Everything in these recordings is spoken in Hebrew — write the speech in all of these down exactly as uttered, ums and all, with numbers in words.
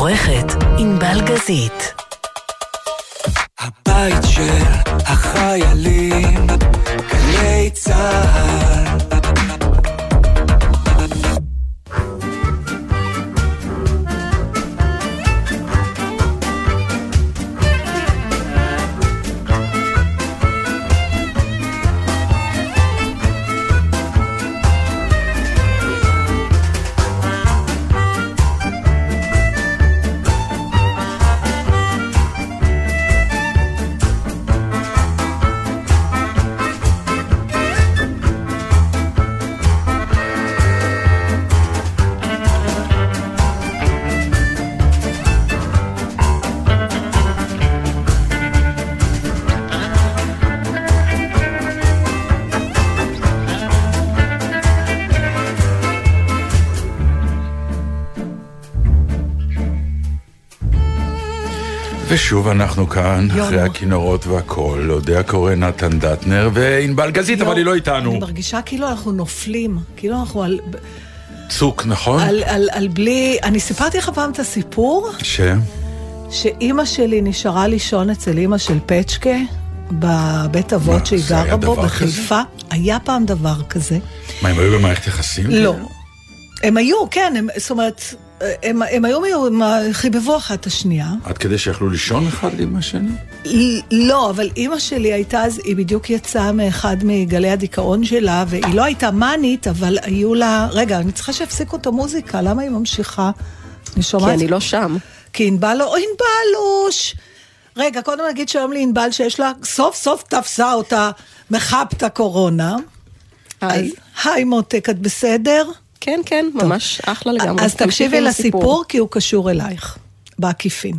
עורכת ענבל גזית. הבית של החיילים, גלי צהל. ושוב אנחנו כאן, אחרי הכינורות והכל, יודע קורא נתן דטנר וענבל גזית, אבל היא לא איתנו. אני מרגישה כאילו אנחנו נופלים, כאילו אנחנו על... צוק, נכון? על, על, על בלי... אני סיפרתי לך פעם את הסיפור? ש? שאימא שלי נשארה לישון אצל אימא של פצ'קה, בבית אבות שהיא גרה בו, בחיפה. היה פעם דבר כזה. מה, הם היו במערכת יחסים? לא. הם היו, כן, הם, זאת אומרת... הם, הם היו הם חיבבו אחת השנייה. עד כדי שיכלו לישון אחד עם השני? לא, אבל אמא שלי הייתה אז, היא בדיוק יצאה מאחד מגלי הדיכאון שלה, והיא לא הייתה מנית, אבל היו לה... רגע, אני צריכה שיפסיקו את המוזיקה, למה היא ממשיכה? אני שומעת... כי אני לא שם. כי ענבל לא... או ענבלוש! רגע, קודם נגיד שלום לענבל שיש לה, סוף סוף תפסה אותה מחפת הקורונה. היי. היי מותק, את בסדר? כן, כן, ממש אחלה לגמרי. אז תקשיבי לסיפור, כי הוא קשור אלייך, בעקיפין.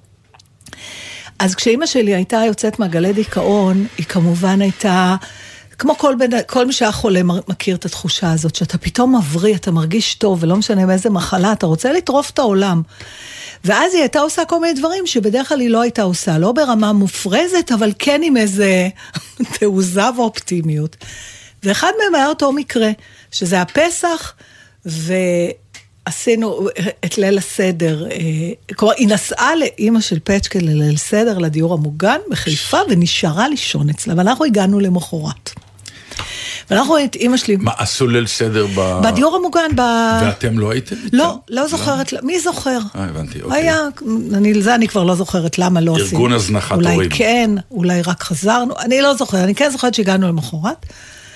אז כשאמא שלי הייתה יוצאת מהגלי דיכאון, היא כמובן הייתה, כמו כל, בן, כל מי שהיה חולה מכיר את התחושה הזאת, שאתה פתאום מבריא, אתה מרגיש טוב, ולא משנה מאיזה מחלה, אתה רוצה לטרוף את העולם. ואז היא הייתה עושה כל מיני דברים, שבדרך כלל היא לא הייתה עושה, לא ברמה מופרזת, אבל כן עם איזה תעוזה ואופטימיות. ואחד מהם היה אותו מקרה, שזה הפסח, ועשינו את ליל הסדר, כלומר, היא נסעה לאמא של פצ'קה לליל סדר, לדיור המוגן בחיפה, ונשארה לישון אצלה, ואנחנו הגענו למחרת. ואנחנו את אמא שלי... מה, עשו ליל סדר ב... בדיור המוגן, ב... ואתם לא הייתם? לא, לא זוכרת, מי זוכר? אה, הבנתי, אוקיי. היה, אני, זה אני כבר לא זוכרת למה לא עשינו. ארגון הזנחת הורים. אולי כן, אולי רק חזרנו, אני לא זוכרת, אני כן זוכרת שהגענו למחרת.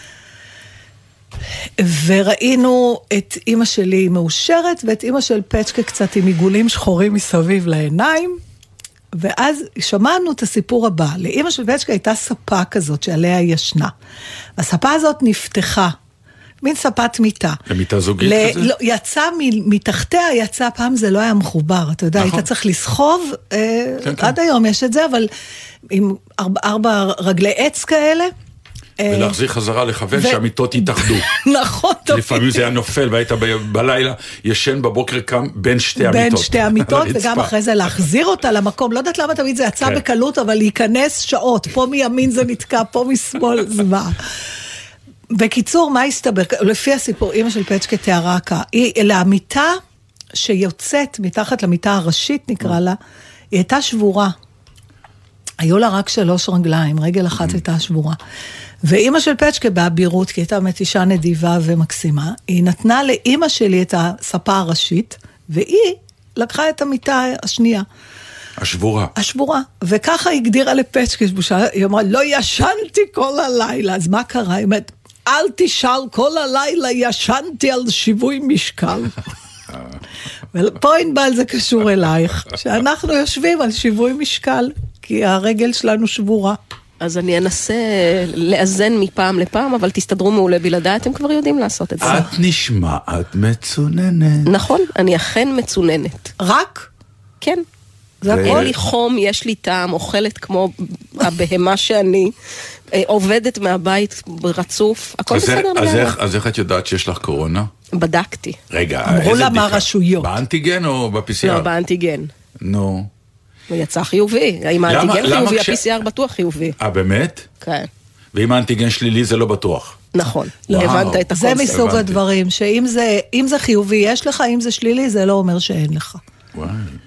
וראינו את אמא שלי מאושרת, ואת אמא של פצ'קה קצת עם עיגולים שחורים מסביב לעיניים, ואז שמענו את הסיפור הבא. לאמא של פצ'קה הייתה ספה כזאת שעליה ישנה. והספה הזאת נפתחה, מין ספת מיטה. למיטה זוגית ל- כזה? לא, יצא מתחתיה, יצא פעם זה לא היה מחובר, אתה יודע, נכון. היית צריך לסחוב, אה, כן, כן. עד היום יש את זה, אבל עם ארבע, ארבע רגלי עץ כאלה, ולהחזיר חזרה לכוון שהמיטות יתאחדו. נכון. לפעמים זה היה נופל והיית בלילה ישן בבוקר קם בין שתי המיטות. בין שתי המיטות, וגם אחרי זה להחזיר אותה למקום. לא יודעת למה תמיד זה יצא בקלות, אבל להיכנס שעות. פה מימין זה נתקע, פה משמאל זה מה. בקיצור, מה הסתבר? לפי הסיפור, אמא של פצ'קה תיארה ככה, למיטה שיוצאת מתחת למיטה הראשית נקרא לה, היא הייתה שבורה. היו לה רק שלוש רגליים, רגל אחת הייתה שבורה. ואימא של פצ'קה באבירות, כי הייתה באמת אישה נדיבה ומקסימה, היא נתנה לאימא שלי את הספה הראשית, והיא לקחה את המיטה השנייה. השבורה. השבורה. וככה היא הגדירה לפצ'קה, היא אמרה, לא ישנתי כל הלילה. אז מה קרה? היא אומרת, אל תשאל, כל הלילה ישנתי על שיווי משקל. ופה ענבל זה קשור אלייך, שאנחנו יושבים על שיווי משקל, כי הרגל שלנו שבורה. אז אני אנסה לאזן מפעם לפעם, אבל תסתדרו מעולה בלעדיי, אתם כבר יודעים לעשות את זה. את נשמעת מצוננת. נכון, אני אכן מצוננת. רק? כן. אין לי חום, יש לי טעם, אוכלת כמו הבהמה שאני, עובדת מהבית רצוף, הכל בסדר לגמרי. אז איך את יודעת שיש לך קורונה? בדקתי. רגע, אמרו לה מה רשויות. באנטיגן או ב-פי סי אר? לא, באנטיגן. נו. ויצא חיובי. אם האנטיגן חיובי, ה-פי סי אר בטוח חיובי. אה, באמת? כן. ואם האנטיגן שלילי זה לא בטוח. נכון, הבנת את זה מסוג הדברים, שאם זה חיובי יש לך, אם זה שלילי זה לא אומר שאין לך. וואי.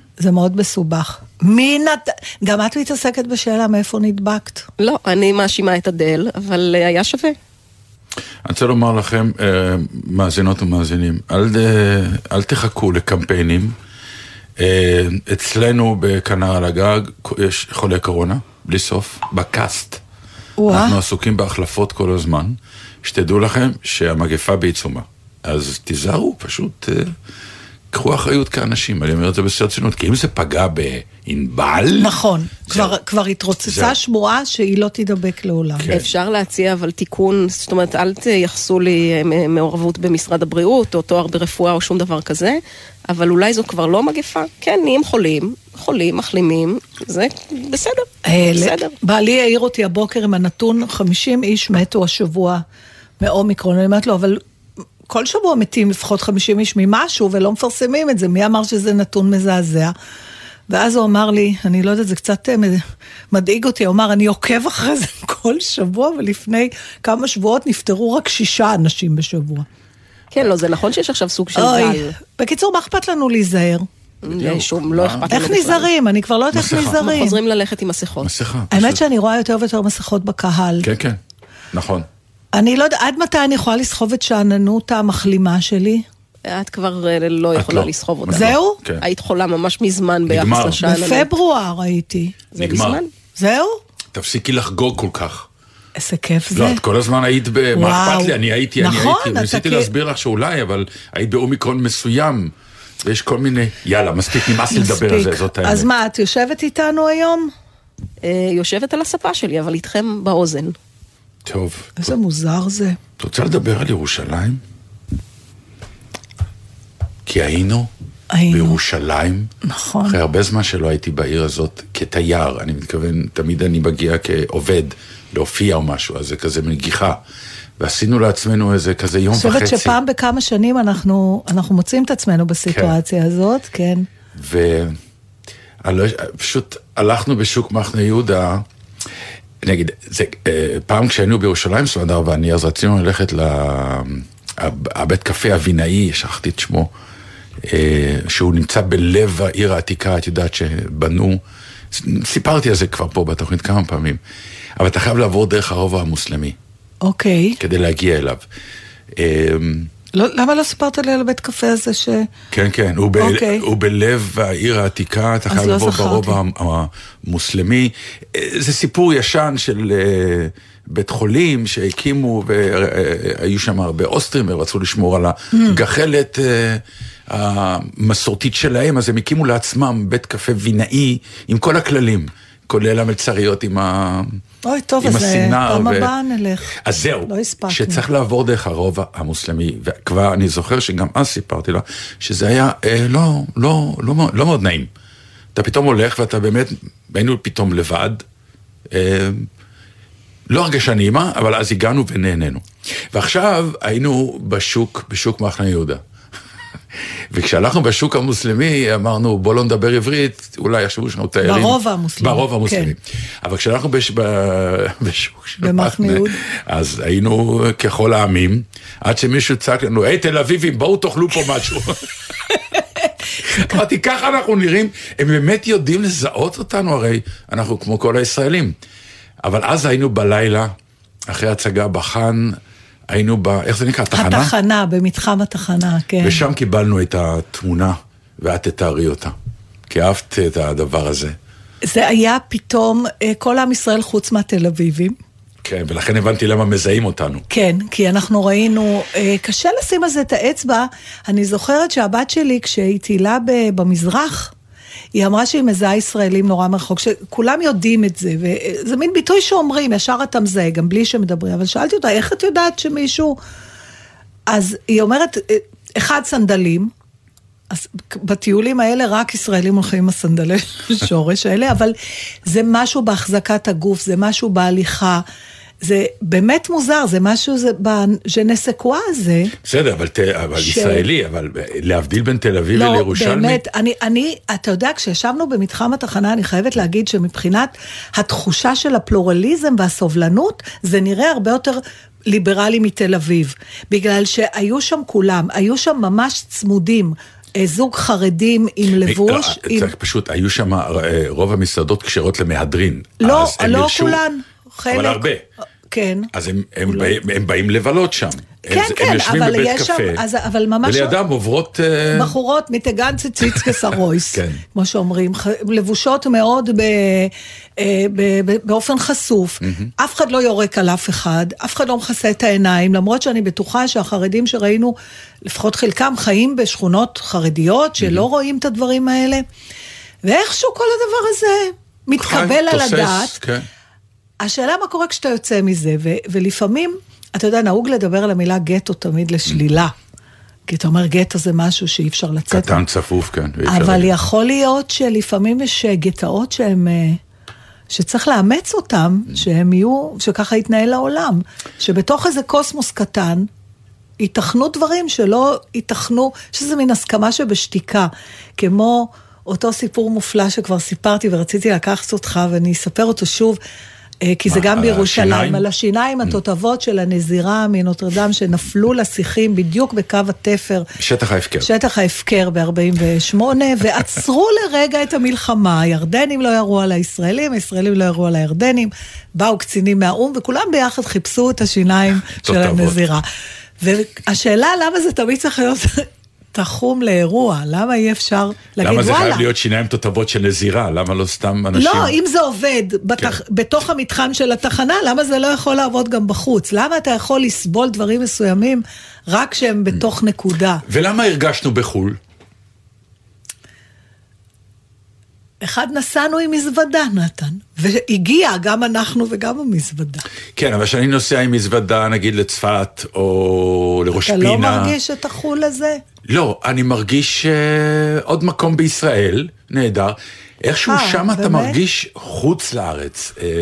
זה מאוד מסובך. מי נת... גם את מתעסקת בשאלה מאיפה נדבקת? לא, אני מאשימה את אדל, אבל היה שווה. אני רוצה לומר לכם, מאזינות ומאזינים, אל, אל תחכו לקמפיינים. אצלנו בכנר על הגג יש חולי קורונה, בלי סוף, בקאסט. אנחנו עסוקים בהחלפות כל הזמן. שתדעו לכם שהמגפה בעיצומה. אז תיזהרו, פשוט קחו אחריות כאנשים. אני אומר את זה בסרצינות, כי אם זה פגע באינבל... נכון, כבר, כבר התרוצצה שמועה שהיא לא תדבק לעולם. כן. אפשר להציע אבל תיקון, זאת אומרת, אל תייחסו לי מעורבות במשרד הבריאות, או תואר ברפואה או שום דבר כזה, אבל אולי זו כבר לא מגפה. כן, נהיים חולים, חולים, מחלימים, זה בסדר, בסדר. בעלי העיר אותי הבוקר עם הנתון, חמישים איש מתו השבוע מאומיקרון, אני אומרת לו, אבל... כל שבוע מתים לפחות חמישים איש ממשהו, ולא מפרסמים את זה. מי אמר שזה נתון מזעזע? ואז הוא אמר לי, אני לא יודעת, זה קצת מדאיג אותי, הוא אמר, אני עוקב אחרי זה כל שבוע, ולפני כמה שבועות נפטרו רק שישה אנשים בשבוע. כן, לא, זה נכון שיש עכשיו סוג של גל. בקיצור, מה אכפת לנו להיזהר? שום, לא אכפת לנו. איך נזהרים? אני כבר לא יודעת איך נזהרים. חוזרים ללכת עם מסכות. האמת שאני רואה יותר ויותר מסכות בקהל. כן, כן, נכון. אני לא יודעת, עד מתי אני יכולה לסחוב את שעננות המחלימה שלי? את כבר לא יכולה לסחוב אותה. זהו? היית חולה ממש מזמן ביחס לשעננות. בפברואר הייתי. זה מזמן? זהו? תפסיקי לחגוג כל כך. איזה כיף זה. לא, את כל הזמן היית ב... מה אכפת לי? אני הייתי, אני הייתי. ניסיתי להסביר לך שאולי, אבל היית באומיקרון מסוים, ויש כל מיני... יאללה, מספיק, נמאס לי לדבר על זה, זאת האמת. אז מה, את יושבת איתנו היום? יושבת על הספה שלי, אבל איתכם באוזן. טוב. איזה מוזר זה. את רוצה לדבר על ירושלים? כי היינו, היינו בירושלים. נכון. אחרי הרבה זמן שלא הייתי בעיר הזאת כתייר. אני מתכוון, תמיד אני מגיע כעובד להופיע או משהו, אז זה כזה מגיחה. ועשינו לעצמנו איזה כזה יום וחצי. אני חושבת שפעם בכמה שנים אנחנו, אנחנו מוצאים את עצמנו בסיטואציה כן. הזאת, כן. ופשוט הלכנו בשוק מחנה יהודה, נגיד, זה, פעם כשהיינו בירושלים, סמדר ואני, אז רצינו ללכת לבית קפה אבינאי, שכחתי את שמו, שהוא נמצא בלב העיר העתיקה, את יודעת שבנו, סיפרתי על זה כבר פה בתוכנית כמה פעמים, אבל אתה חייב לעבור דרך הרובע המוסלמי. אוקיי. כדי להגיע אליו. לא, למה לא סיפרת לי על הבית קפה הזה ש... כן, כן, הוא, okay. ב, הוא בלב העיר העתיקה, אתה חייב לבוא ברובע המוסלמי. זה סיפור ישן של בית חולים שהקימו, והיו שם הרבה אוסטרים, ורצו לשמור על הגחלת המסורתית שלהם, אז הם הקימו לעצמם בית קפה וינאי עם כל הכללים, כולל המלצריות עם ה... אוי, טוב, אז פעם הבאה נלך. אז זהו, שצריך לעבור דרך הרובע המוסלמי, וכבר אני זוכר שגם אז סיפרתי לה, שזה היה לא, לא, לא, לא מאוד נעים. אתה פתאום הולך, ואתה באמת, היינו פתאום לבד, לא הרגשה נעימה, אבל אז הגענו ונהנינו. ועכשיו היינו בשוק, בשוק מחנה יהודה. וכשהלכנו בשוק המוסלמי, אמרנו, בוא לא נדבר עברית, אולי יחשבו שאנחנו תיירים. ברובע המוסלמי. ברובע המוסלמי. כן. אבל כשהלכנו בש... בשוק של מחנה יהודה, אז היינו ככל העמים, עד שמישהו צעק לנו, היי תל אביבים, בואו תאכלו פה משהו. אמרתי, ככה אנחנו נראים, הם באמת יודעים לזהות אותנו, הרי אנחנו כמו כל הישראלים. אבל אז היינו בלילה, אחרי הצגה בחן, היינו ב... איך זה נקרא? התחנה? התחנה, במתחם התחנה, כן. ושם קיבלנו את התמונה, ואת תתארי אותה. כי אהבת את הדבר הזה. זה היה פתאום, כל עם ישראל חוץ מהתל אביבים. כן, ולכן הבנתי למה מזהים אותנו. כן, כי אנחנו ראינו, קשה לשים על זה את האצבע, אני זוכרת שהבת שלי, כשהיא טילה במזרח, היא אמרה שהיא מזהה ישראלים נורא מרחוק, שכולם יודעים את זה, וזה מין ביטוי שאומרים, ישר אתה מזהה, גם בלי שמדברים, אבל שאלתי אותה, איך את יודעת שמישהו... אז היא אומרת, אחד סנדלים, אז בטיולים האלה רק ישראלים הולכים עם הסנדלי שורש האלה, אבל זה משהו בהחזקת הגוף, זה משהו בהליכה, זה באמת מוזר, זה משהו, זה בז'נסקווה הזה. בסדר, אבל, אבל ש... ישראלי, אבל להבדיל בין תל אביב לא, לירושלמי. לא, באמת, אני, אני, אתה יודע, כשישבנו במתחם התחנה, אני חייבת להגיד שמבחינת התחושה של הפלורליזם והסובלנות, זה נראה הרבה יותר ליברלי מתל אביב, בגלל שהיו שם כולם, היו שם ממש צמודים, זוג חרדים עם לבוש. פשוט, היו שם רוב המסעדות כשרות למהדרין. לא, לא כולן. אבל הרבה. כן. אז הם, הם, לא. באים, הם באים לבלות שם. כן, הם, כן, הם יושבים אבל בבית יש קפה, שם, אז, אבל ממש... ולידם עוברות... בחורות מתגן ציציץ כסרויס, כן. כמו שאומרים, לבושות מאוד ב, ב, ב, באופן חשוף. Mm-hmm. אף אחד לא יורק על אף אחד, אף אחד לא מכסה את העיניים, למרות שאני בטוחה שהחרדים שראינו, לפחות חלקם חיים בשכונות חרדיות, שלא mm-hmm. רואים את הדברים האלה, ואיכשהו כל הדבר הזה מתקבל על תוסס, הדעת. כן. השאלה מה קורה כשאתה יוצא מזה, ו- ולפעמים, אתה יודע, נהוג לדבר על המילה גטו תמיד לשלילה, כי אתה אומר גטו זה משהו שאי אפשר לצאת. קטן צפוף, כן. אבל יכול להיות שלפעמים יש גטאות שהם, שצריך לאמץ אותם, שהם יהיו, שככה יתנהל לעולם, שבתוך איזה קוסמוס קטן, ייתכנו דברים שלא ייתכנו, שזה מין הסכמה שבשתיקה, כמו אותו סיפור מופלא שכבר סיפרתי ורציתי לקחת אותך, ואני אספר אותו שוב, כי זה גם בירושלים, על השיניים התותבות של הנזירה מנוטרדם שנפלו לשיחים בדיוק בקו התפר. שטח ההפקר. שטח ההפקר ב-ארבעים ושמונה, ועצרו לרגע את המלחמה. הירדנים לא ירו על הישראלים, הישראלים לא ירו על הירדנים, באו קצינים מהאום, וכולם ביחד חיפשו את השיניים של הנזירה. והשאלה למה זה תמיד צריך להיות... תחום לאירוע, למה אי אפשר להגיד וואלה? למה זה חייב להיות שיניים תותבות של נזירה? למה לא סתם אנשים? לא, אם זה עובד בתח... בתוך המתחם של התחנה, למה זה לא יכול לעבוד גם בחוץ? למה אתה יכול לסבול דברים מסוימים רק שהם בתוך נקודה? ולמה הרגשנו בחול? אחד נסענו עם מזוודה, נתן, והגיע גם אנחנו וגם המזוודה. כן, אבל שאני נוסע עם מזוודה, נגיד לצפת או לראש פינה. אתה לא מרגיש את החול הזה? לא, אני מרגיש uh, עוד מקום בישראל, נהדר. איכשהו 아, שם באמת? אתה מרגיש חוץ לארץ. Uh,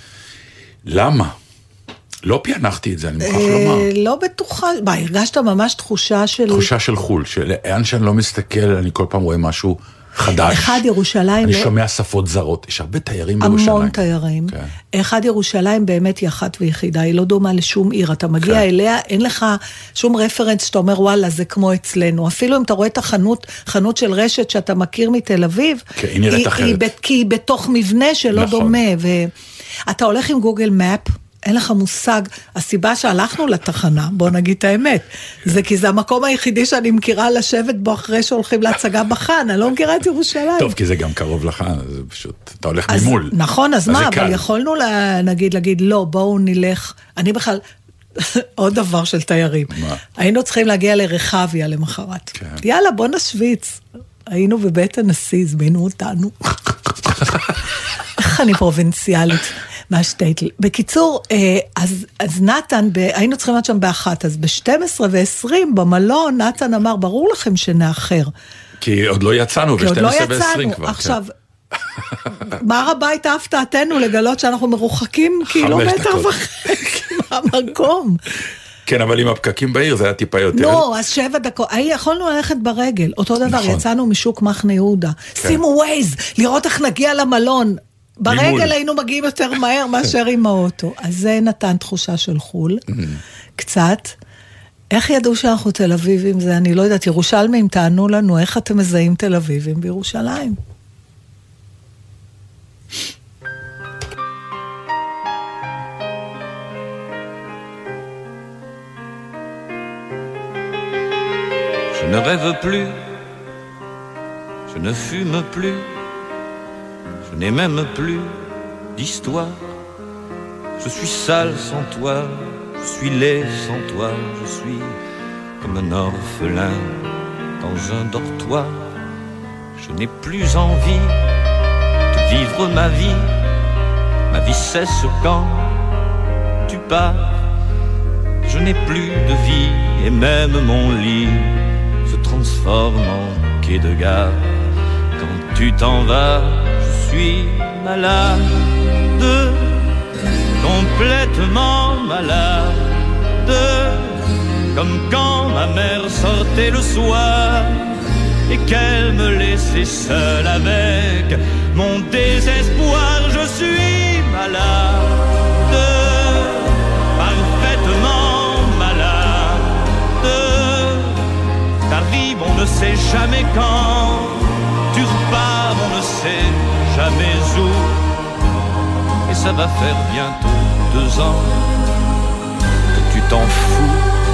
למה? לא פענחתי את זה, אני מוכרח uh, לומר. לא בטוחה, מה, הרגשת ממש תחושה של... תחושה של חול, שלאן שאני לא מסתכל, אני כל פעם רואה משהו... חדש. אחד ירושלים... אני שומע שפות זרות, יש הרבה תיירים בירושלים. המון תיירים. אחד ירושלים באמת היא אחת ויחידה, היא לא דומה לשום עיר, אתה מגיע אליה, אין לך שום רפרנס שאתה אומר, וואלה, זה כמו אצלנו. אפילו אם אתה רואה את החנות, חנות של רשת שאתה מכיר מתל אביב, היא נראית אחרת. כי היא בתוך מבנה שלא דומה, ואתה הולך עם גוגל מפ, אין לך מושג, הסיבה שהלכנו לתחנה, בוא נגיד את האמת, זה כי זה המקום היחידי שאני מכירה לשבת בו אחרי שהולכים להצגה בחן, אני לא מכירה את ירושלים. טוב, כי זה גם קרוב לחן, זה פשוט, אתה הולך ממול. נכון, אז מה, אבל יכולנו נגיד, להגיד, לא, בואו נלך, אני בכלל, עוד דבר של תיירים, היינו צריכים להגיע לרחביה למחרת. יאללה, בוא נשוויץ. היינו בבית הנשיא, זמינו אותנו. איך אני פרובינציאלית. מהשטייטל. בקיצור, אז, אז נתן, ב, היינו צריכים להיות שם באחת, אז ב-שתים עשרה ועשרים במלון, נתן אמר, ברור לכם שנאחר. כי עוד לא יצאנו, ב-שתים עשרה ועשרים כבר. עכשיו, מה רבה הייתה הפתעתנו לגלות שאנחנו מרוחקים קילומטר וחצי מהמקום. כן, אבל עם הפקקים בעיר זה היה טיפה יותר. לא, אז שבע דקות, יכולנו ללכת ברגל, אותו דבר, יצאנו משוק מחנה יהודה. שימו ווייז, לראות איך נגיע למלון. ברגל היינו מגיעים יותר מהר מאשר עם האוטו. אז זה נתן תחושה של חול, קצת. איך ידעו שאנחנו תל אביבים? זה אני לא יודעת, ירושלמים טענו לנו, איך אתם מזהים תל אביבים בירושלים? Je ne rêve plus, je ne fume plus, je n'ai même plus d'histoire. Je suis sale sans toi, je suis laid sans toi, je suis comme un orphelin dans un dortoir. Je n'ai plus envie de vivre ma vie, ma vie cesse quand tu pars. Je n'ai plus de vie et même mon lit se transforme en quai de gare. Quand tu t'en vas, je suis malade, complètement malade, comme quand ma mère sortait le soir et qu'elle me laissait seule avec mon désespoir. Je suis malade, parfaitement malade. Ta vie, bon, ne sait jamais quand. Tu repars, on ne sait jamais où. Et ça va faire bientôt deux ans que tu t'en fous.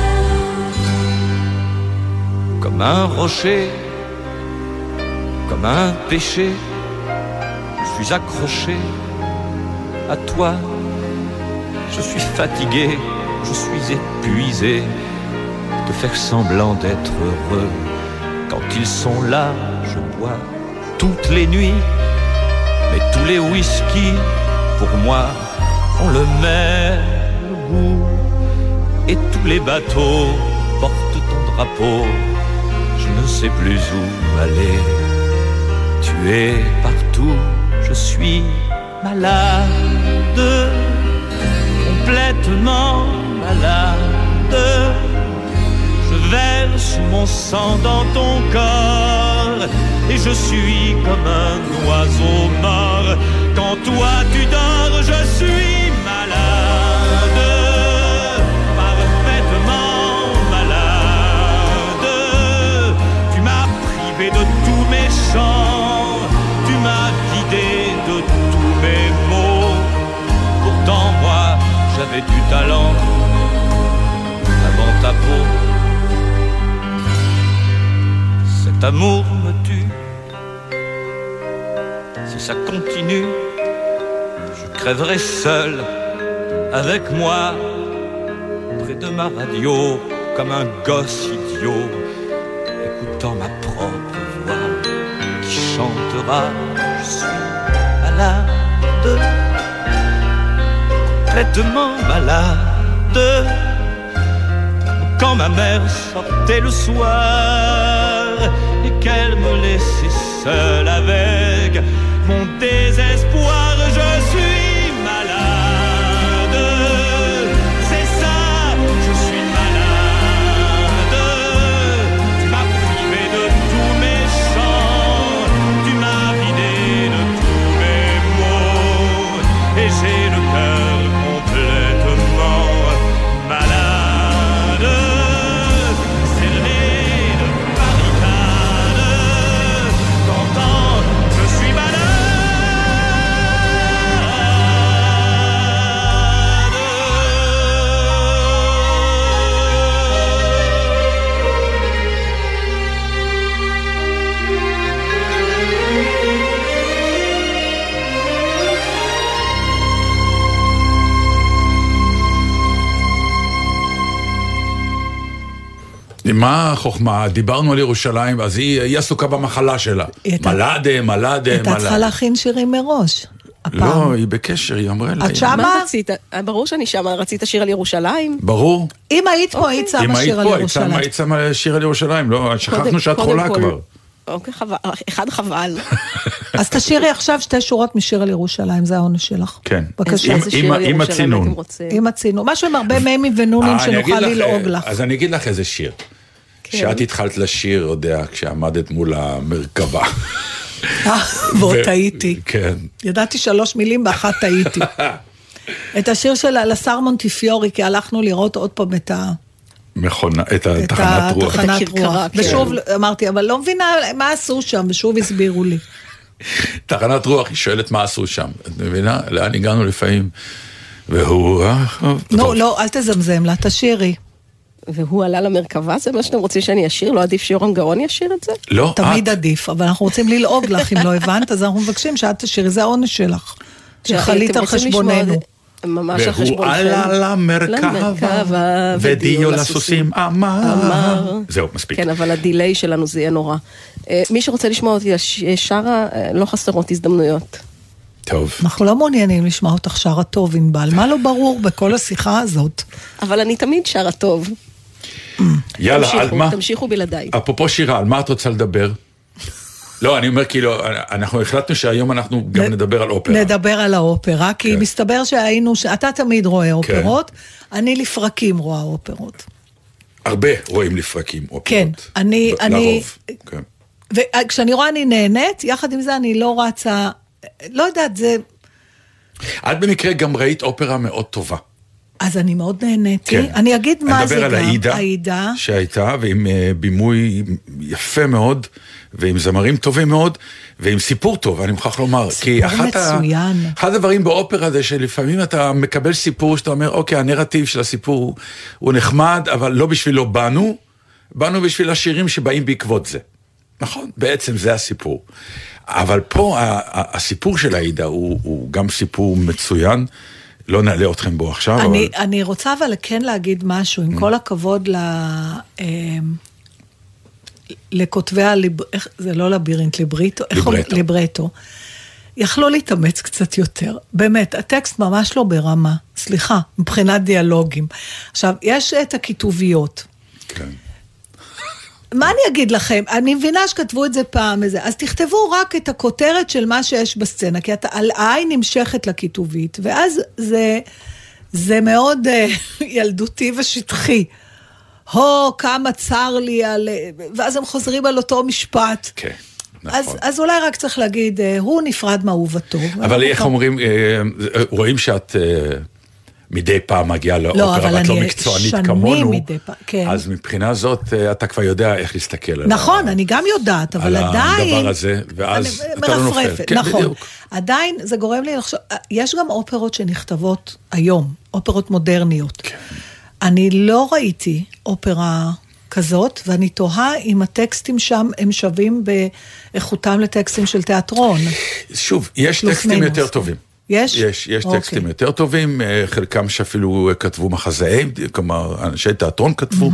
Comme un rocher, comme un péché, je suis accroché à toi. Je suis fatigué, je suis épuisé de faire semblant d'être heureux. Quand ils sont là, je bois toutes les nuits, mais tous les whisky, pour moi, ont le même goût. Et tous les bateaux portent ton drapeau, je ne sais plus où aller. Tu es partout, je suis malade, complètement malade. Je verse mon sang dans ton corps et je suis comme un oiseau mort. Quand toi tu dors, je suis malade, parfaitement malade. Tu m'as privé de tous mes chants, tu m'as vidé de tous mes mots. Pourtant moi j'avais du talent avant ta peau. Cet amour me tue. Si ça continue, je crèverai seul avec moi près de ma radio comme un gosse idiot, écoutant ma propre voix qui chantera. Je suis malade, complètement malade. Quand ma mère sortait le soir et qu'elle me laissait seule avec mon désespoir, je suis malade. C'est ça, je suis malade. Tu m'as privé de tous mes chants, tu m'as vidé de tous mes mots, et j'ai le cœur complètement malade. Cerné de barricades, t'entends, je suis malade. מה החוכמה? דיברנו על ירושלים, אז היא, היא עסוקה במחלה שלה. מלאדה, מלאדה, הייתה צריכה מלאדה. להכין שירים מראש. לא, היא בקשר, היא אמרה לה. את שמה? מה רצית? ברור שאני שמה, רצית שיר על ירושלים? ברור. אם היית פה, היית שמה שיר על ירושלים. אם היית שמה שיר על ירושלים, לא, שכחנו שאת חולה כבר. אוקיי, חבל, אחד חבל. אז תשירי עכשיו שתי שורות משיר על ירושלים, זה העונש שלך. כן. בבקשה. עם הצינון. עם הצינון. משהו עם הרבה מימים ונונים שנוכל ללעוג לך. אז אני אגיד לך איזה שיר. שאת התחלת לשיר, יודע, כשעמדת מול המרכבה. ועוד טעיתי. כן. ידעתי שלוש מילים באחת טעיתי. את השיר של לשר מונטיפיורי, כי הלכנו לראות עוד פעם את ה... מכונה, את התחנת רוח. את התחנת רוח. ושוב אמרתי, אבל לא מבינה מה עשו שם, ושוב הסבירו לי. תחנת רוח, היא שואלת מה עשו שם. את מבינה? לאן הגענו לפעמים? והוא... לא, לא, אל תזמזם לה, תשירי. והוא עלה למרכבה, זה מה שאתם רוצים שאני אשיר? לא עדיף שיורם גאון ישיר את זה? לא, את. תמיד עדיף, אבל אנחנו רוצים ללעוג לך, אם לא הבנת, אז אנחנו מבקשים שאת תשירי, זה העונש שלך. שחלית על חשבוננו. ממש על חשבונכם. והוא עלה למרכבה, ודיו לסוסים אמר. זהו, מספיק. כן, אבל הדיליי שלנו זה יהיה נורא. מי שרוצה לשמוע אותי שרה, לא חסרות הזדמנויות. טוב. אנחנו לא מעוניינים לשמוע אותך שרה טוב, ענבל. מה לא ברור בכל השיחה הזאת? אבל אני תמיד שרה טוב. יאללה, על מה? תמשיכו בלעדיי. אפרופו שירה, על מה את רוצה לדבר? לא, אני אומר כאילו, אנחנו החלטנו שהיום אנחנו גם נדבר על אופרה. נדבר על האופרה, כי מסתבר שהיינו, אתה תמיד רואה אופרות, אני לפרקים רואה אופרות. הרבה רואים לפרקים אופרות. כן, אני... לרוב, כן. וכשאני רואה אני נהנית, יחד עם זה אני לא רצה, לא יודעת, זה... את במקרה גם ראית אופרה מאוד טובה. אז אני מאוד נהניתי. כן. אני אגיד מה זה גם. אני מדבר על העידה, העידה. שהייתה, ועם uh, בימוי יפה מאוד, ועם זמרים טובים מאוד, ועם סיפור טוב, אני מוכרח לומר. סיפור מצוין. ה... אחד הדברים באופרה זה שלפעמים אתה מקבל סיפור שאתה אומר, אוקיי, הנרטיב של הסיפור הוא נחמד, אבל לא בשבילו באנו, באנו בשביל השירים שבאים בעקבות זה. נכון? בעצם זה הסיפור. אבל פה הסיפור של העידה הוא, הוא גם סיפור מצוין, לא נעלה אתכם בו עכשיו. אני, אבל... אני רוצה אבל כן להגיד משהו, עם כל הכבוד ל... לכותבי הליב... איך... זה לא לבירינט, ליבריטו. ליברטו. ליברטו. יכלו להתאמץ קצת יותר. באמת, הטקסט ממש לא ברמה. סליחה, מבחינת דיאלוגים. עכשיו, יש את הכיתוביות. כן. מה אני אגיד לכם? אני מבינה שכתבו את זה פעם איזה, אז תכתבו רק את הכותרת של מה שיש בסצנה, כי אתה, העין נמשכת לכיתובית, ואז זה, זה מאוד uh, ילדותי ושטחי. הו, כמה צר לי על... ואז הם חוזרים על אותו משפט. כן, נכון. אז, אז אולי רק צריך להגיד, uh, הוא נפרד מאהובתו. אבל איך אותו... אומרים, uh, רואים שאת... Uh... מדי פעם מגיעה לאופרה, ואת לא מקצוענית כמונו, כן. אז מבחינה זאת אתה כבר יודע איך להסתכל על, נכון, ה... אני גם יודעת, אבל על עדיין... הדבר הזה, ואז אתה לא נופל. כן, נכון, בדיוק. עדיין זה גורם לי לחשוב, יש גם אופרות שנכתבות היום, אופרות מודרניות. כן. אני לא ראיתי אופרה כזאת, ואני תוהה אם הטקסטים שם הם שווים באיכותם לטקסטים של תיאטרון. שוב, יש טקסטים יותר טובים. יש? יש, יש טקסטים יותר טובים, חלקם שאפילו כתבו מחזאים, כלומר, אנשי תיאטרון כתבו,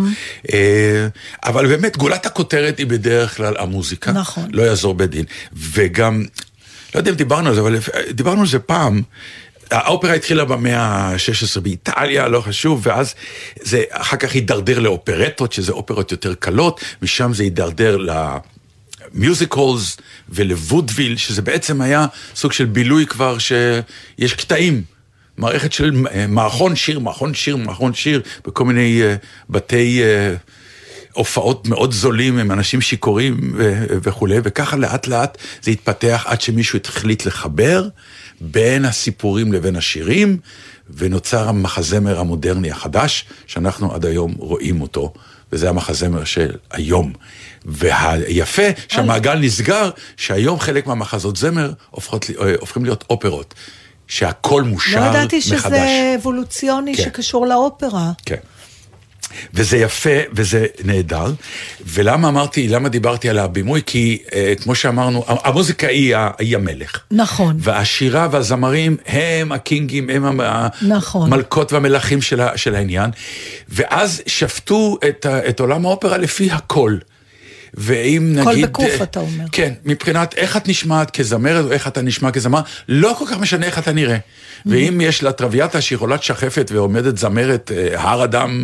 אבל באמת, גולת הכותרת היא בדרך כלל המוזיקה, נכון. לא יעזור בדין, וגם, לא יודע אם דיברנו על זה, אבל דיברנו על זה פעם, האופרה התחילה במאה ה-שש עשרה באיטליה, לא חשוב, ואז זה אחר כך הידרדר לאופרטות, שזה אופרות יותר קלות, משם זה הידרדר ל... מיוזיקלס ולוודוויל, שזה בעצם היה סוג של בילוי כבר שיש קטעים, מערכת של מערכון שיר, מערכון שיר, מערכון שיר, בכל מיני uh, בתי uh, הופעות מאוד זולים, עם אנשים שיקורים וכו', וככה לאט לאט זה התפתח עד שמישהו התחליט לחבר בין הסיפורים לבין השירים, ונוצר המחזמר המודרני החדש, שאנחנו עד היום רואים אותו, וזה המחזמר של היום. והיפה שהמעגל נסגר, שהיום חלק מהמחזות זמר הופכות, הופכים להיות אופרות, שהכל מושר מחדש. לא ידעתי שזה אבולוציוני כן. שקשור לאופרה. כן. וזה יפה וזה נהדר. ולמה אמרתי, למה דיברתי על הבימוי? כי אה, כמו שאמרנו, המוזיקה היא, היא המלך. נכון. והשירה והזמרים הם הקינגים, הם נכון. המלכות והמלכים של, של העניין. ואז שפטו את, את עולם האופרה לפי הכל. ואם נגיד... כל בקוף אתה אומר. כן, מבחינת איך את נשמעת כזמרת, או איך אתה נשמע כזמר, לא כל כך משנה איך אתה נראה. ואם יש לה טרוויאטה שהיא חולת שחפת ועומדת זמרת, הר אדם,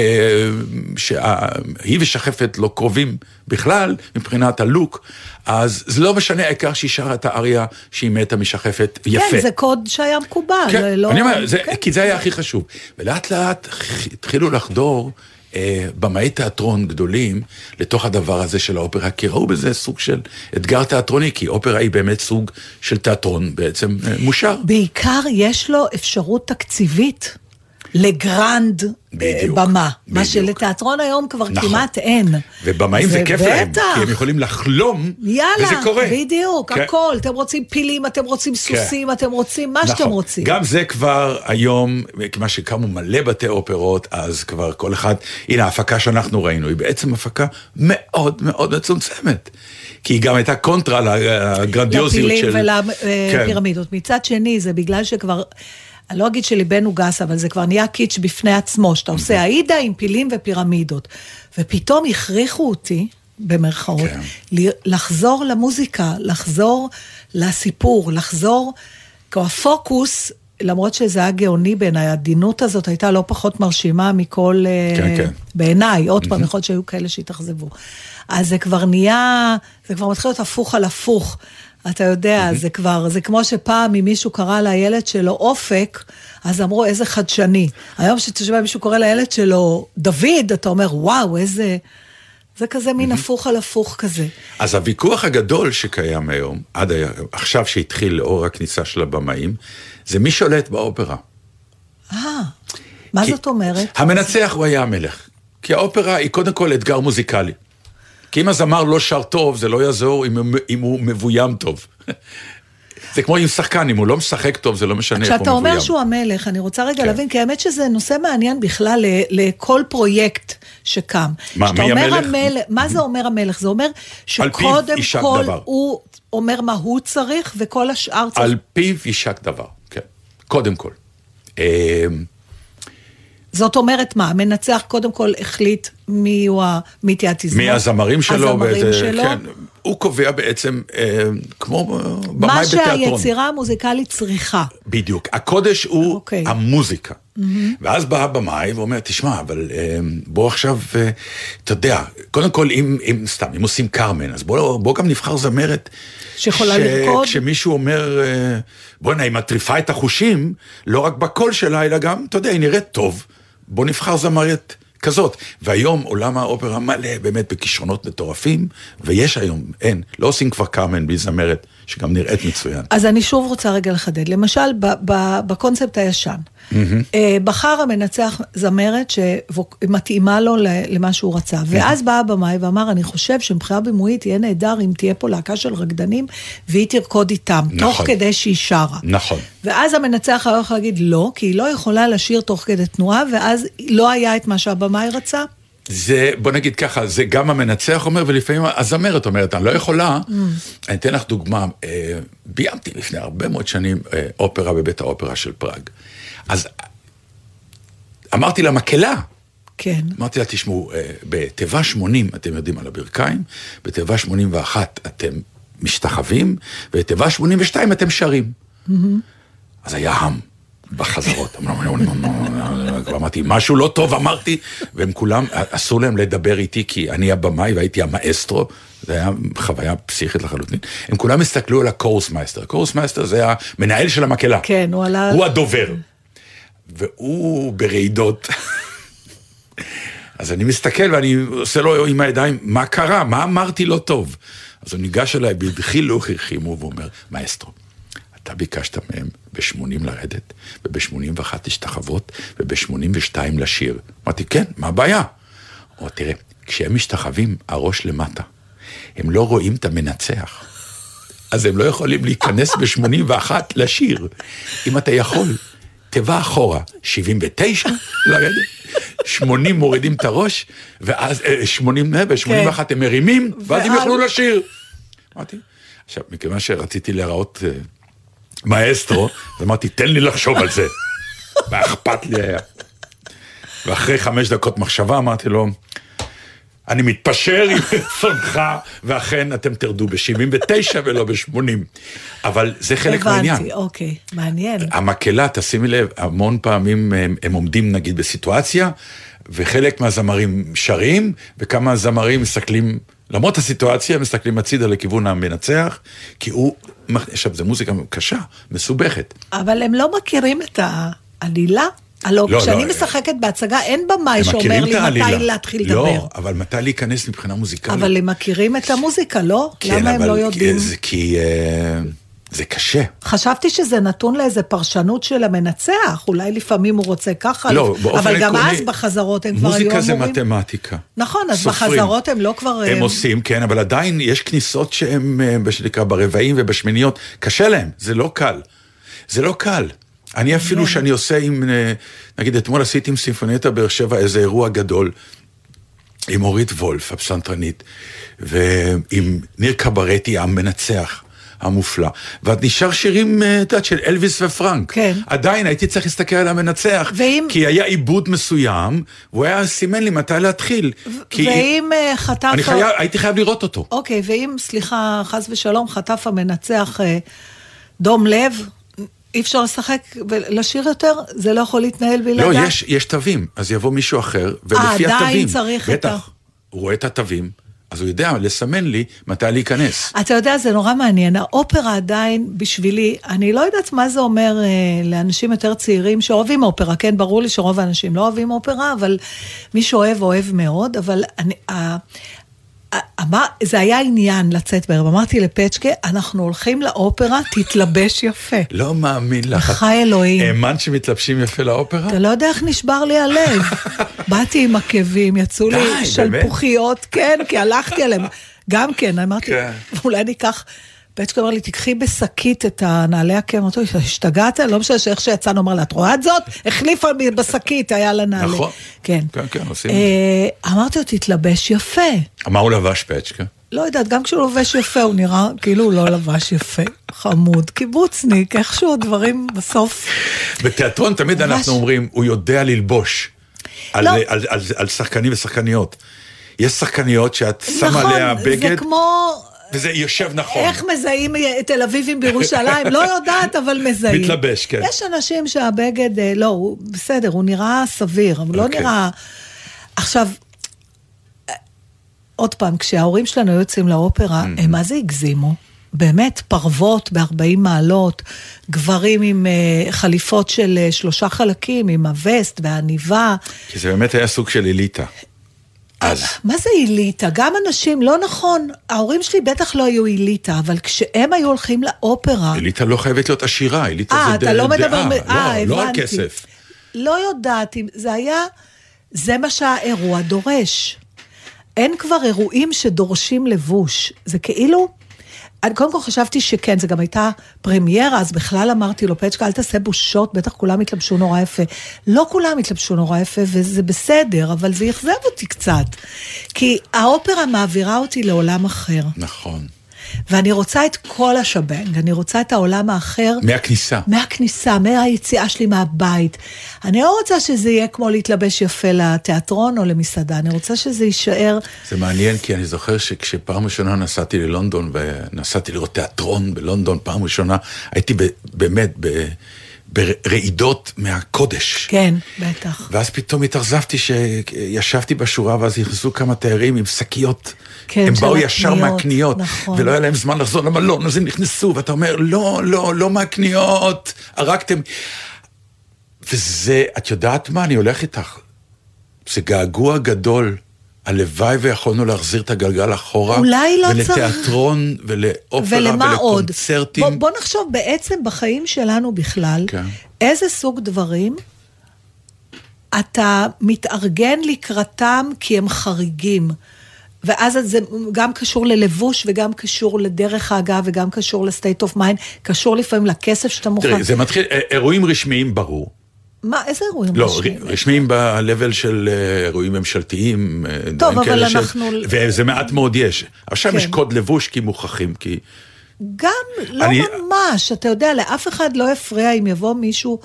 שהיא ושחפת לא קרובים בכלל, מבחינת הלוק, אז זה לא משנה, העיקר שהיא שרה את האריה שהיא מתה משחפת יפה. כן, זה קוד שהיה מקובל. כן, לא... אני אומר, זה, כן. כי זה היה הכי חשוב. ולאט לאט התחילו לחדור במאי תיאטרון גדולים לתוך הדבר הזה של האופרה, כי ראו בזה סוג של אתגר תיאטרוני, כי אופרה היא באמת סוג של תיאטרון בעצם מושר. בעיקר יש לו אפשרות תקציבית לגרנד בדיוק, במה, בדיוק. מה שלתיאטרון היום כבר נכון. כמעט אין. ובמאים זה כיף להם, כי הם יכולים לחלום, יאללה, וזה קורה. בדיוק, כן. הכל, אתם רוצים פילים, אתם רוצים סוסים, כן. אתם רוצים מה נכון. שאתם רוצים. גם זה כבר היום, כמה שקמו מלא בתי אופרות, אז כבר כל אחד, הנה ההפקה שאנחנו ראינו, היא בעצם הפקה מאוד מאוד מצומצמת. כי היא גם הייתה קונטרה לגרנדיוזיות של... לפילים ולפירמידות. כן. מצד שני, זה בגלל שכבר... אני לא אגיד שליבנו גס, אבל זה כבר נהיה קיץ' בפני עצמו, שאתה עושה העידה עם פילים ופירמידות. ופתאום הכריחו אותי, במרכאות, כן. לחזור למוזיקה, לחזור לסיפור, לחזור, כי הפוקוס, למרות שזה היה גאוני בעיניי, העדינות הזאת הייתה לא פחות מרשימה מכל, כן, כן. בעיניי, עוד פעם, יכול להיות שהיו כאלה שהתאכזבו. אז זה כבר נהיה, זה כבר מתחיל להיות הפוך על הפוך, אתה יודע, זה כבר, זה כמו שפעם אם מישהו קרא לילד שלו אופק, אז אמרו איזה חדשני. היום שתשמע מישהו קורא לילד שלו דוד, אתה אומר וואו, איזה... זה כזה מין הפוך על הפוך כזה. אז הוויכוח הגדול שקיים היום, עד עכשיו שהתחיל לאור הכניסה של הבמאים, זה מי שולט באופרה. אה. מה כי זאת אומרת? המנצח הוא היה המלך. כי האופרה היא קודם כל אתגר מוזיקלי. כי אם הזמר לא שר טוב, זה לא יעזור אם, אם הוא מבוים טוב. זה כמו עם שחקן, אם הוא לא משחק טוב, זה לא משנה איפה הוא מבוים. כשאתה אומר שהוא המלך, אני רוצה רגע להבין, כי האמת שזה נושא מעניין בכלל לכל פרויקט שקם. מה, מי המלך? מה זה אומר המלך? זה אומר שקודם כל הוא אומר מה הוא צריך, וכל השאר צריך... על פיו יישק דבר, כן. קודם כל. זאת אומרת מה, המנצח קודם כל החליט מי הוא המתייעתיזמות. מי הזמרים שלו. הזמרים וזה, שלו. כן, הוא קובע בעצם, אה, כמו במאי בתיאטרון. מה שהיצירה המוזיקלית צריכה. בדיוק. הקודש הוא okay. המוזיקה. Mm-hmm. ואז בא הבמאי ואומר, תשמע, אבל אה, בוא עכשיו, אה, אתה יודע, קודם כל, אם, אם סתם, אם עושים קרמן, אז בוא, בוא גם נבחר זמרת. שיכולה ש... לרקוד. כשמישהו אומר, אה, בוא נה, היא מטריפה את החושים, לא רק בקול שלה, אלא גם, אתה יודע, היא נראית טוב. בוא נבחר זמרת כזאת. והיום עולם האופרה מלא באמת בכישרונות מטורפים, ויש היום, אין, לא עושים כבר קרמן בלי זמרת, שגם נראית מצוין. אז אני שוב רוצה רגע לחדד. למשל, בקונספט הישן, בחר המנצח זמרת שמתאימה לו למה שהוא רצה, ואז בא הבמאי ואמר, אני חושב שמבחינה בימויית תהיה נהדר אם תהיה פה להקה של רקדנים, והיא תרקוד איתם, תוך כדי שהיא שרה. נכון. ואז המנצח היה יכול להגיד לא, כי היא לא יכולה לשיר תוך כדי תנועה, ואז לא היה את מה שהבמאי רצה. זה, בוא נגיד ככה, זה גם המנצח אומר, ולפעמים הזמרת אומרת, אני לא יכולה, אני אתן לך דוגמה, ביימתי לפני הרבה מאוד שנים אופרה בבית האופרה של פראג. אז אמרתי לה, מקהלה. כן. אמרתי לה, תשמעו, בתיבה שמונים אתם יודעים על הברכיים, בתיבה שמונים ואחת אתם משתחווים, בתיבה שמונים ושתיים אתם שרים. אז היה עם בחזרות. אמרתי, משהו לא טוב אמרתי, והם כולם, אסור להם לדבר איתי, כי אני הבמאי והייתי המאסטרו, זה היה חוויה פסיכית לחלוטין. הם כולם הסתכלו על הקורס מייסטר. הקורס מייסטר זה המנהל של המקהלה. כן, הוא עלה... הוא הדובר. והוא ברעידות. אז אני מסתכל ואני עושה לו עם הידיים, מה קרה? מה אמרתי לא טוב? אז הוא ניגש אליי, בדחילו הרחימו, והוא אומר, מאסטרו, אתה ביקשת מהם ב-שמונים לרדת, וב-שמונים ואחת להשתחוות, וב-שמונים ושתיים לשיר. אמרתי, כן, מה הבעיה? או תראה, כשהם משתחווים, הראש למטה, הם לא רואים את המנצח. אז הם לא יכולים להיכנס ב-שמונים ואחת לשיר. אם אתה יכול, תיבה אחורה, שבעים ותשע לרדת, שמונים מורידים את הראש, ואז שמונים, ב-שמונים ואחת הם מרימים, ואז הם יוכלו לשיר. אמרתי, עכשיו, מכיוון שרציתי להראות מאסטרו, אז אמרתי, תן לי לחשוב על זה. ואכפת לי היה. ואחרי חמש דקות מחשבה אמרתי לו, אני מתפשר עם רצונך, ואכן אתם תרדו ב-שבעים ותשע ולא ב-שמונים. אבל זה חלק מהעניין. הבנתי, אוקיי, מעניין. המקהלה, תשימי לב, המון פעמים הם, הם עומדים נגיד בסיטואציה, וחלק מהזמרים שרים, וכמה זמרים מסתכלים, למרות הסיטואציה, הם מסתכלים הצידה לכיוון המנצח, כי הוא, עכשיו, זו מוזיקה קשה, מסובכת. אבל הם לא מכירים את העלילה? הלא, לא, כשאני לא, משחקת בהצגה, אין במאי שאומר לי מתי להתחיל לדבר. לא, אבל מתי להיכנס מבחינה מוזיקלית. אבל הם מכירים את המוזיקה, לא? כן, למה הם לא יודעים? זה, כי uh, זה קשה. חשבתי שזה נתון לאיזה פרשנות של המנצח, אולי לפעמים הוא רוצה ככה, לא, אבל גם אז בחזרות הם כבר היו אמורים. מוזיקה זה מתמטיקה. נכון, אז סופרים. בחזרות הם לא כבר... הם עושים, כן, אבל עדיין יש כניסות שהם, בשליקה, ברבעים ובשמיניות, קשה להם, זה לא קל. זה לא קל. אני אפילו שאני עושה עם, נגיד אתמול עשיתי עם סימפוניית באר שבע איזה אירוע גדול, עם אורית וולף, הפסנתרנית, ועם ניר קברטי, המנצח, המופלא. ואת נשאר שירים, את יודעת, של אלוויס ופרנק. כן. עדיין הייתי צריך להסתכל על המנצח, ואם... כי היה עיבוד מסוים, והוא היה סימן לי מתי להתחיל. ו- כי ואם היא... חטף... אני חייב, הייתי חייב לראות אותו. אוקיי, ואם, סליחה, חס ושלום, חטף המנצח דום לב, אי אפשר לשחק ולשיר יותר, זה לא יכול להתנהל בלעדיו. לא, יש, יש תווים, אז יבוא מישהו אחר, ולפי התווים, עדיין צריך בטח, את ה... הוא רואה את התווים, אז הוא יודע לסמן לי מתי להיכנס. אתה יודע, זה נורא מעניין, האופרה עדיין בשבילי, אני לא יודעת מה זה אומר אה, לאנשים יותר צעירים שאוהבים אופרה, כן, ברור לי שרוב האנשים לא אוהבים אופרה, אבל מי שאוהב אוהב מאוד, אבל אני... אה, אמר, זה היה עניין לצאת בערב, אמרתי לפצ'קה, אנחנו הולכים לאופרה, תתלבש יפה. לא מאמין לך. חי אלוהים. האמנת שמתלבשים יפה לאופרה? אתה לא יודע איך נשבר לי הלב. באתי עם עקבים, יצאו לי שלפוחיות, כן, כי הלכתי עליהם. גם כן, אמרתי, אולי ניקח, פצ'קה אמר לי, תקחי בשקית את הנעלי עקב, אמרתי, השתגעת? לא משנה שאיך שיצאנו, אמר לה, את רואה את זאת? החליפה בשקית, היה לה נעלי. נכון. כן. כן, כן, עושים את זה. אמרתי לו, תתלבש יפה. מה הוא לבש פצ'קה? לא יודעת, גם כשהוא לובש יפה, הוא נראה כאילו הוא לא לבש יפה. חמוד, קיבוצניק, איכשהו דברים בסוף. בתיאטרון תמיד אנחנו אומרים, הוא יודע ללבוש על שחקנים ושחקניות. יש שחקניות שאת שמה עליה בגד. נכון, זה כמו... וזה יושב נכון. איך מזהים תל אביבים בירושלים? לא יודעת, אבל מזהים. מתלבש, כן. יש אנשים שהבגד, לא, הוא בסדר, הוא נראה סביר, אבל לא נראה... עכשיו, עוד פעם, כשההורים שלנו יוצאים לאופרה, הם מה זה הגזימו? באמת, פרוות ב-ארבעים מעלות, גברים עם חליפות של שלושה חלקים, עם הווסט והעניבה. כי זה באמת היה סוג של אליטה. אז. מה זה איליטה? גם אנשים, לא נכון, ההורים שלי בטח לא היו איליטה, אבל כשהם היו הולכים לאופרה... איליטה לא חייבת להיות עשירה, איליטה 아, זה דעה. אה, אתה לא מדבר... אה, לא על כסף. לא יודעת, זה היה... זה מה שהאירוע דורש. אין כבר אירועים שדורשים לבוש. זה כאילו... אני קודם כל חשבתי שכן, זה גם הייתה פרמיירה, אז בכלל אמרתי לו, פצ'קה, אל תעשה בושות, בטח כולם התלבשו נורא יפה. לא כולם התלבשו נורא יפה, וזה בסדר, אבל זה יחזב אותי קצת. כי האופרה מעבירה אותי לעולם אחר. נכון. ואני רוצה את כל השבנג, אני רוצה את העולם האחר. מהכניסה. מהכניסה, מהיציאה שלי מהבית. אני לא רוצה שזה יהיה כמו להתלבש יפה לתיאטרון או למסעדה, אני רוצה שזה יישאר... זה מעניין, כי אני זוכר שכשפעם ראשונה נסעתי ללונדון, ונסעתי לראות תיאטרון בלונדון, פעם ראשונה, הייתי באמת ב... ברעידות מהקודש. כן, בטח. ואז פתאום התאכזבתי שישבתי בשורה, ואז נכנסו כמה תיירים עם שקיות. כן, הם באו ישר הקניות, מהקניות, נכון. ולא היה להם זמן לחזור למלון, אז הם נכנסו, ואתה אומר, לא, לא, לא מהקניות, הרגתם. וזה, את יודעת מה, אני הולך איתך. זה געגוע גדול. הלוואי ויכולנו להחזיר את הגלגל אחורה, אולי לא צריך. ולתיאטרון, ולאופרה, ולקונצרטים. בוא, בוא נחשוב בעצם בחיים שלנו בכלל, כן. איזה סוג דברים אתה מתארגן לקראתם כי הם חריגים, ואז זה גם קשור ללבוש, וגם קשור לדרך ההגעה, וגם קשור לסטייט אוף מיינד, קשור לפעמים לכסף שאתה מוכן. תראי, זה מתחיל, אירועים רשמיים ברור. מה, איזה אירועים לא, רשמיים? לא, רשמיים ב-level של אירועים ממשלתיים. טוב, אבל אנחנו... של... וזה מעט מאוד יש. עכשיו כן. יש קוד לבוש כי מוכרחים, כי... גם לא אני... ממש, אתה יודע, לאף אחד לא הפריע אם יבוא מישהו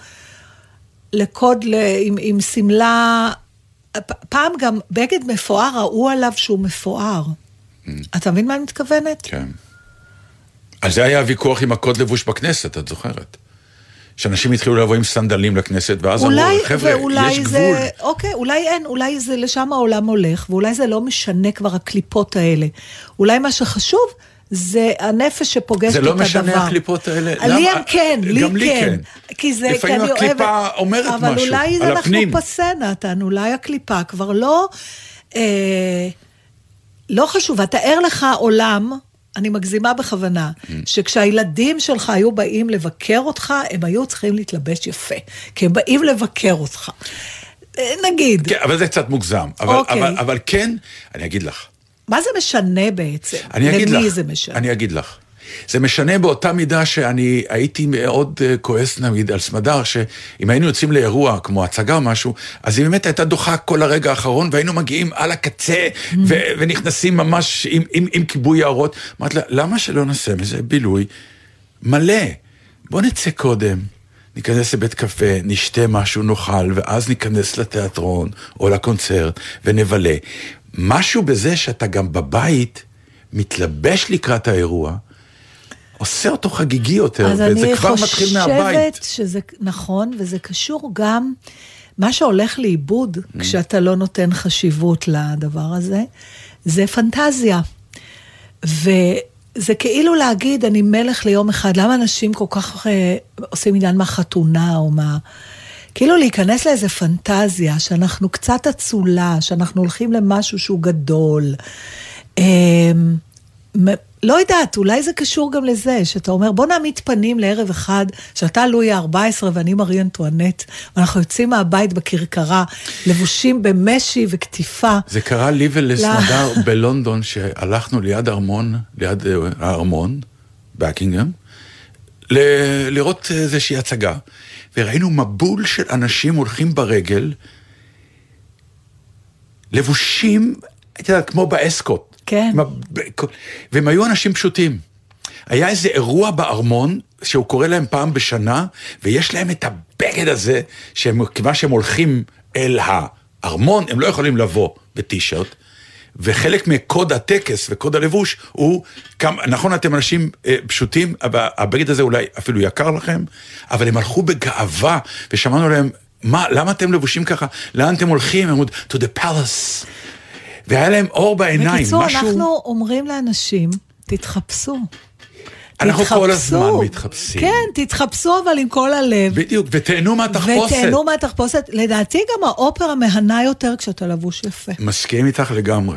לקוד ל... עם, עם סמלה... פעם גם בגד מפואר, ראו עליו שהוא מפואר. Mm. אתה מבין מה אני מתכוונת? כן. אז זה היה הוויכוח עם הקוד לבוש בכנסת, את זוכרת? שאנשים התחילו לבוא עם סנדלים לכנסת, ואז אמרו, חבר'ה, יש גבול. זה, אוקיי, אולי אין, אולי זה לשם העולם הולך, ואולי זה לא משנה כבר הקליפות האלה. אולי מה שחשוב, זה הנפש שפוגשת את הדבר. זה לא משנה הקליפות האלה. לי הם כן, לי כן. גם לי כן. כי זה, לפעמים כי הקליפה אומרת משהו, על הפנים. אבל אולי אנחנו פסה, נתן, אולי הקליפה כבר לא, אה, לא חשוב, תאר לך עולם, אני מגזימה בכוונה, שכשהילדים שלך היו באים לבקר אותך, הם היו צריכים להתלבש יפה, כי הם באים לבקר אותך. נגיד. כן, אבל זה קצת מוגזם. אבל, אוקיי. אבל, אבל כן, אני אגיד לך. מה זה משנה בעצם? אני אגיד למי לך, זה משנה? אני אגיד לך. זה משנה באותה מידה שאני הייתי מאוד כועס נמיד על סמדר, שאם היינו יוצאים לאירוע כמו הצגה או משהו, אז היא באמת הייתה דוחה כל הרגע האחרון, והיינו מגיעים על הקצה, ו- ונכנסים ממש עם, עם, עם כיבוי האורות. אמרת לה, למה שלא נעשה מזה בילוי מלא? בוא נצא קודם, ניכנס לבית קפה, נשתה משהו נאכל, ואז ניכנס לתיאטרון או לקונצרט, ונבלה. משהו בזה שאתה גם בבית מתלבש לקראת האירוע, עושה אותו חגיגי יותר, וזה כבר מתחיל מהבית. אז אני חושבת שזה נכון, וזה קשור גם, מה שהולך לאיבוד, mm. כשאתה לא נותן חשיבות לדבר הזה, זה פנטזיה. וזה כאילו להגיד, אני מלך ליום אחד, למה אנשים כל כך אה, עושים עניין מהחתונה, או מה... כאילו להיכנס לאיזה פנטזיה, שאנחנו קצת עצולה, שאנחנו הולכים למשהו שהוא גדול, לא יודעת, אולי זה קשור גם לזה, שאתה אומר, בוא נעמיד פנים לערב אחד, שאתה לואי ה-ארבע עשרה ואני מרי אנטואנט, ואנחנו יוצאים מהבית בקרקרה, לבושים במשי וכתיפה. זה קרה לי ולסמדר בלונדון, שהלכנו ליד ארמון, ליד הארמון, בקינגהאם, ל- לראות איזושהי הצגה, וראינו מבול של אנשים הולכים ברגל, לבושים, הייתה יודעת, כמו באסקוט. כן. והם היו אנשים פשוטים. היה איזה אירוע בארמון, שהוא קורא להם פעם בשנה, ויש להם את הבגד הזה, שהם, כיוון שהם הולכים אל הארמון, הם לא יכולים לבוא בטישרט, וחלק מקוד הטקס וקוד הלבוש הוא, כמה, נכון, אתם אנשים אה, פשוטים, אבל הבגד הזה אולי אפילו יקר לכם, אבל הם הלכו בגאווה, ושמענו להם, מה, למה אתם לבושים ככה? לאן אתם הולכים? הם אמרו, to the palace. והיה להם אור בעיניים. בקיצור, משהו... אנחנו אומרים לאנשים, תתחפשו. אנחנו תתחפשו. כל הזמן מתחפשים. כן, תתחפשו אבל עם כל הלב. בדיוק, ותהנו מהתחפושת. ותהנו מהתחפושת. לדעתי גם האופרה מהנה יותר כשאתה לבוש יפה. מסכים איתך לגמרי.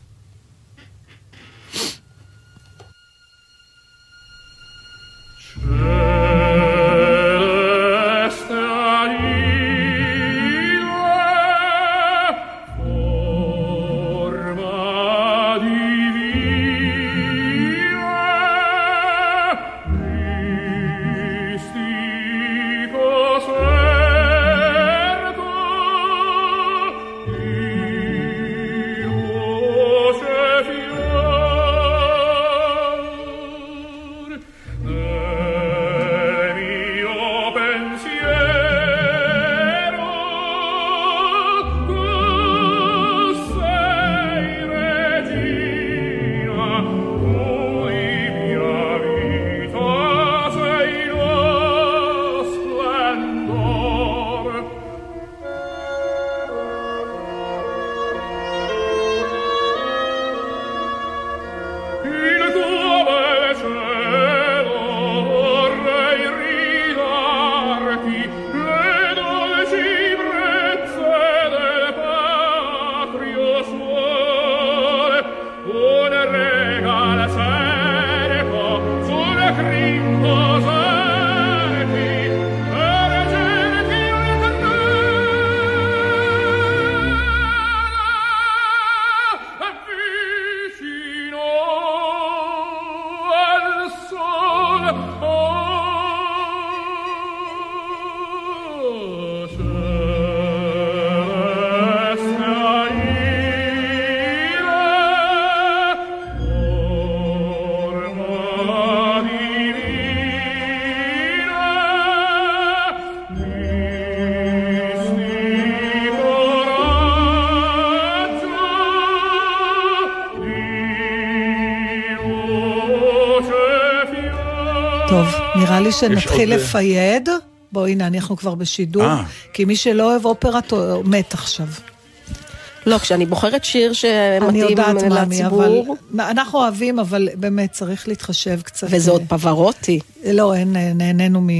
טוב, נראה לי שנתחיל לפייד. בואו, הנה, אנחנו כבר בשידור, כי מי שלא אוהב אופרה מת עכשיו. לא, כשאני בוחרת שיר שמתאים לציבור. אנחנו אוהבים, אבל באמת צריך להתחשב קצת. וזה עוד פברוטי. לא, נהנינו מ...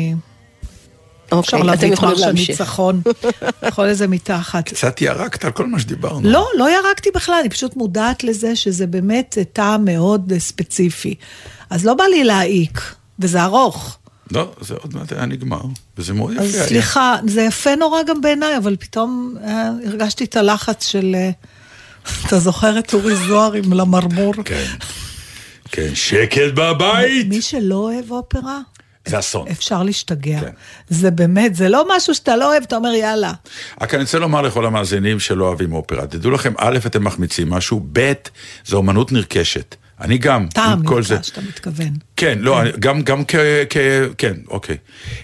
אפשר להביא את מרש הניצחון, יכול איזה מתחת. קצת ירקת על כל מה שדיברנו. לא, לא ירקתי בכלל, אני פשוט מודעת לזה שזה באמת טעם מאוד ספציפי. אז לא בא לי להעיק, וזה ארוך. לא, זה עוד מעט היה נגמר, וזה מאוד יפה. אז סליחה, זה יפה נורא גם בעיניי, אבל פתאום הרגשתי את הלחץ של, אתה זוכר את אורי זוהר עם למרמור? כן, כן, שקט בבית. מי שלא אוהב אופרה, זה אסון. אפשר להשתגע. כן. זה באמת, זה לא משהו שאתה לא אוהב, אתה אומר יאללה. רק אני רוצה לומר לכל המאזינים שלא אוהבים אופרה. תדעו לכם, א', אתם מחמיצים משהו, ב', זה אומנות נרכשת. אני גם, טעם נרכש, אתה מתכוון. כן, לא, גם, גם כ... כן, אוקיי.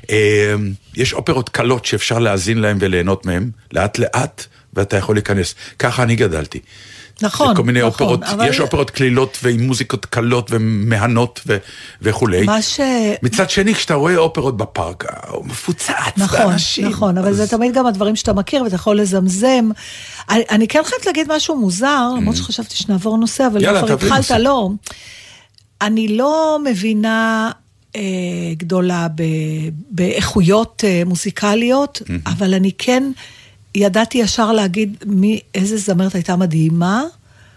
יש אופרות קלות שאפשר להאזין להם וליהנות מהם, לאט לאט, ואתה יכול להיכנס. ככה אני גדלתי. נכון, כל מיני נכון. אופרות, אבל... יש אופרות כלילות ועם מוזיקות קלות ומהנות ו... וכולי. מה ש... מצד שני, כשאתה רואה אופרות בפארק, הוא מפוצץ נכון, באנשים. נכון, אבל אז... זה תמיד גם הדברים שאתה מכיר, ואתה יכול לזמזם. אני, אני כן חייבת להגיד משהו מוזר, למרות שחשבתי שנעבור נושא, אבל יאללה, כבר התחלת, לא. אני לא מבינה אה, גדולה ב... באיכויות אה, מוזיקליות, אבל אני כן... ידעתי ישר להגיד מי, איזה זמרת הייתה מדהימה,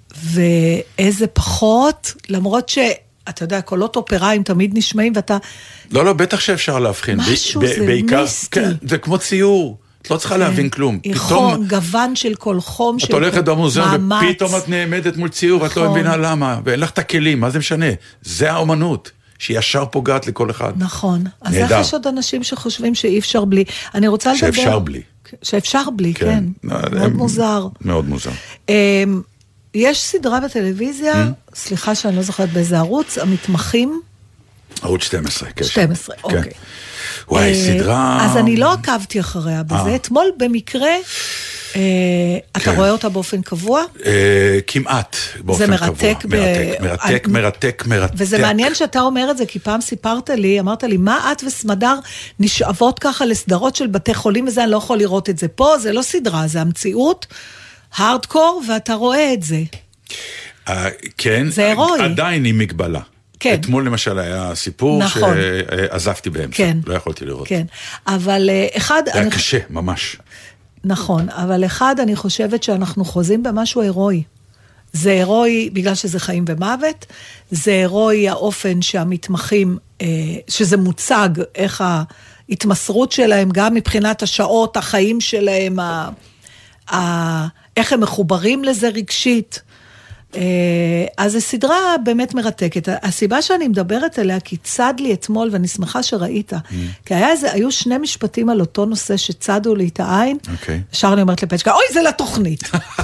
ואיזה פחות, למרות ש... אתה יודע, קולות אופראיים תמיד נשמעים, ואתה... לא, לא, בטח שאפשר להבחין. משהו, ב- זה בעיקר, מיסטי. כן, זה כמו ציור. את לא צריכה כן. להבין כלום. פתאום... גוון של כל חום. את הולכת במוזיאון, מאמץ. ופתאום את נעמדת מול ציור, ואת לא מבינה למה, ואין לך את הכלים, מה זה משנה? זה האומנות, שהיא ישר פוגעת לכל אחד. נכון. אז נהדר. איך יש עוד אנשים שחושבים שאי אפשר בלי? אני רוצה לדבר... שאפשר בלי. שאפשר בלי, כן. כן. מאוד הם... מוזר. מאוד מוזר. יש סדרה בטלוויזיה, סליחה שאני לא זוכרת באיזה ערוץ, המתמחים. ערוץ שתים עשרה, כן. שתים עשרה, אוקיי. וואי, סדרה... אז אני לא עקבתי אחריה בזה. אתמול במקרה, אתה רואה אותה באופן קבוע? כמעט באופן קבוע. זה מרתק. מרתק, מרתק, מרתק. וזה מעניין שאתה אומר את זה, כי פעם סיפרת לי, אמרת לי, מה את וסמדר נשאבות ככה לסדרות של בתי חולים, וזה אני לא יכול לראות את זה פה, זה לא סדרה, זה המציאות. הארדקור, ואתה רואה את זה. כן, זה הירואי. עדיין עם מגבלה. כן. אתמול למשל היה סיפור נכון. שעזבתי באמצע, כן. לא יכולתי לראות. כן, אבל אחד... זה היה אני... קשה, ממש. נכון, אבל אחד אני חושבת שאנחנו חוזים במשהו הירואי. זה הירואי בגלל שזה חיים ומוות, זה הירואי האופן שהמתמחים, שזה מוצג, איך ההתמסרות שלהם, גם מבחינת השעות, החיים שלהם, ה... ה... איך הם מחוברים לזה רגשית. אז זו סדרה באמת מרתקת. הסיבה שאני מדברת עליה, כי צד לי אתמול, ואני שמחה שראית, כי היה איזה, היו שני משפטים על אותו נושא שצדו לי את העין, ישר אני אומרת לפצ'קה, אוי, זה לתוכנית.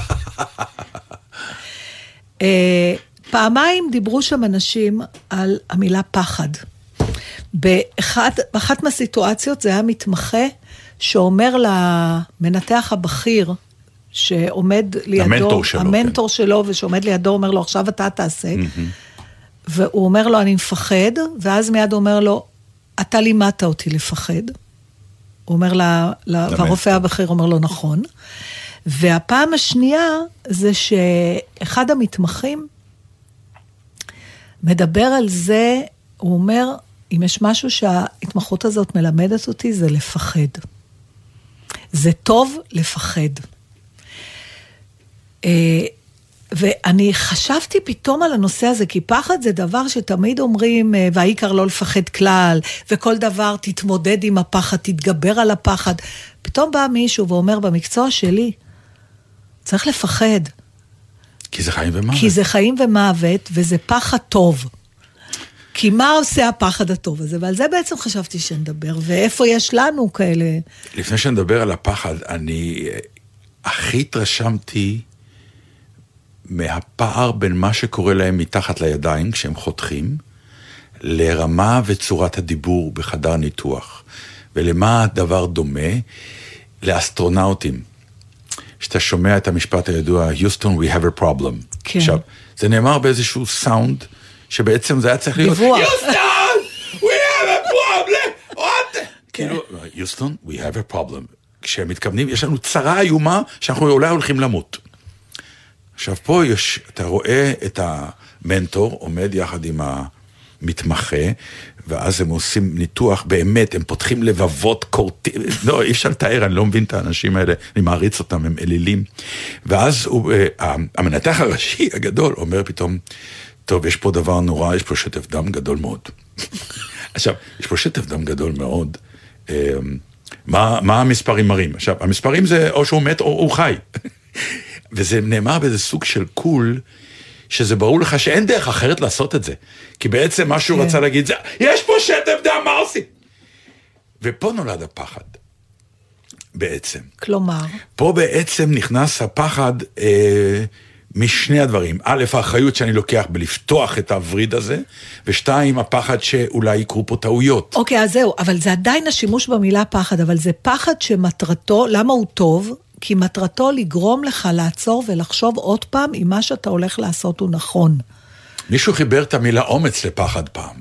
פעמיים דיברו שם אנשים על המילה פחד. באחת מהסיטואציות זה היה מתמחה, שאומר למנתח הבכיר, שעומד לידו, המנטור שלו, המנטור כן. שלו, ושעומד לידו, אומר לו, עכשיו אתה תעשה, mm-hmm. והוא אומר לו, אני מפחד, ואז מיד הוא אומר לו, אתה לימדת אותי לפחד. הוא אומר לה, לה והרופא הבכיר אומר לו, נכון. והפעם השנייה, זה שאחד המתמחים, מדבר על זה, הוא אומר, אם יש משהו שההתמחות הזאת מלמדת אותי, זה לפחד. זה טוב לפחד. ואני חשבתי פתאום על הנושא הזה, כי פחד זה דבר שתמיד אומרים, והעיקר לא לפחד כלל, וכל דבר תתמודד עם הפחד, תתגבר על הפחד. פתאום בא מישהו ואומר, במקצוע שלי, צריך לפחד. כי זה חיים ומוות. כי זה חיים ומוות, וזה פחד טוב. כי מה עושה הפחד הטוב הזה? ועל זה בעצם חשבתי שנדבר, ואיפה יש לנו כאלה... לפני שנדבר על הפחד, אני הכי התרשמתי מהפער בין מה שקורה להם מתחת לידיים, כשהם חותכים, לרמה וצורת הדיבור בחדר ניתוח. ולמה הדבר דומה? לאסטרונאוטים. שאתה שומע את המשפט הידוע, Houston, we have a problem. כן. עכשיו, זה נאמר באיזשהו סאונד, שבעצם זה היה צריך להיות, דיווח. Houston, we have a problem. What? כאילו, Houston, we have a problem. כשהם מתכוונים, יש לנו צרה איומה, שאנחנו אולי הולכים למות. עכשיו, פה יש, אתה רואה את המנטור, עומד יחד עם המתמחה, ואז הם עושים ניתוח, באמת, הם פותחים לבבות קורטים, לא, אי אפשר לתאר, אני לא מבין את האנשים האלה, אני מעריץ אותם, הם אלילים. ואז הוא, המנתח הראשי הגדול אומר פתאום, טוב, יש פה דבר נורא, יש פה שטף דם גדול מאוד. עכשיו, יש פה שטף דם גדול מאוד, מה, מה המספרים מראים? עכשיו, המספרים זה או שהוא מת או הוא חי. וזה נאמר באיזה סוג של קול, שזה ברור לך שאין דרך אחרת לעשות את זה. כי בעצם מה שהוא רצה להגיד זה, יש פה שטף דם, מה עושים? ופה נולד הפחד, בעצם. כלומר? פה בעצם נכנס הפחד אה, משני הדברים. א', האחריות שאני לוקח בלפתוח את הווריד הזה, ושתיים, הפחד שאולי יקרו פה טעויות. אוקיי, אז זהו, אבל זה עדיין השימוש במילה פחד, אבל זה פחד שמטרתו, למה הוא טוב? כי מטרתו לגרום לך לעצור ולחשוב עוד פעם אם מה שאתה הולך לעשות הוא נכון. מישהו חיבר את המילה אומץ לפחד פעם.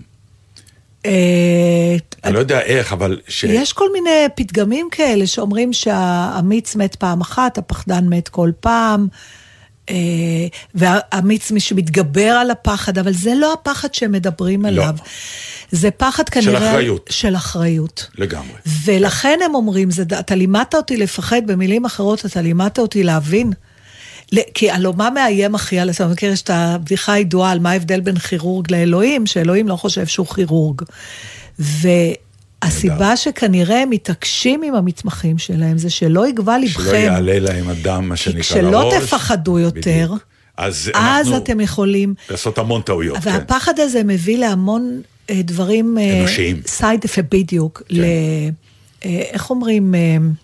אני לא יודע איך, אבל... יש כל מיני פתגמים כאלה שאומרים שהאמיץ מת פעם אחת, הפחדן מת כל פעם, והאמיץ מי שמתגבר על הפחד, אבל זה לא הפחד שמדברים עליו. זה פחד כנראה... של אחריות. של אחריות. לגמרי. ולכן הם אומרים, אתה לימדת אותי לפחד, במילים אחרות אתה לימדת אותי להבין. כי הלא מה מאיים הכי על... אתה מכיר, יש את הבדיחה הידועה על מה ההבדל בין כירורג לאלוהים, שאלוהים לא חושב שהוא כירורג. והסיבה שכנראה הם מתעקשים עם המתמחים שלהם, זה שלא יגבה לבכם. שלא יעלה להם אדם, מה שנקרא כשלא לראש. תפחדו יותר, אז, אז אתם יכולים... לעשות המון טעויות, כן. והפחד הזה מביא להמון דברים... אנושיים. סייד אפקט בדיוק. כן. ל... איך אומרים...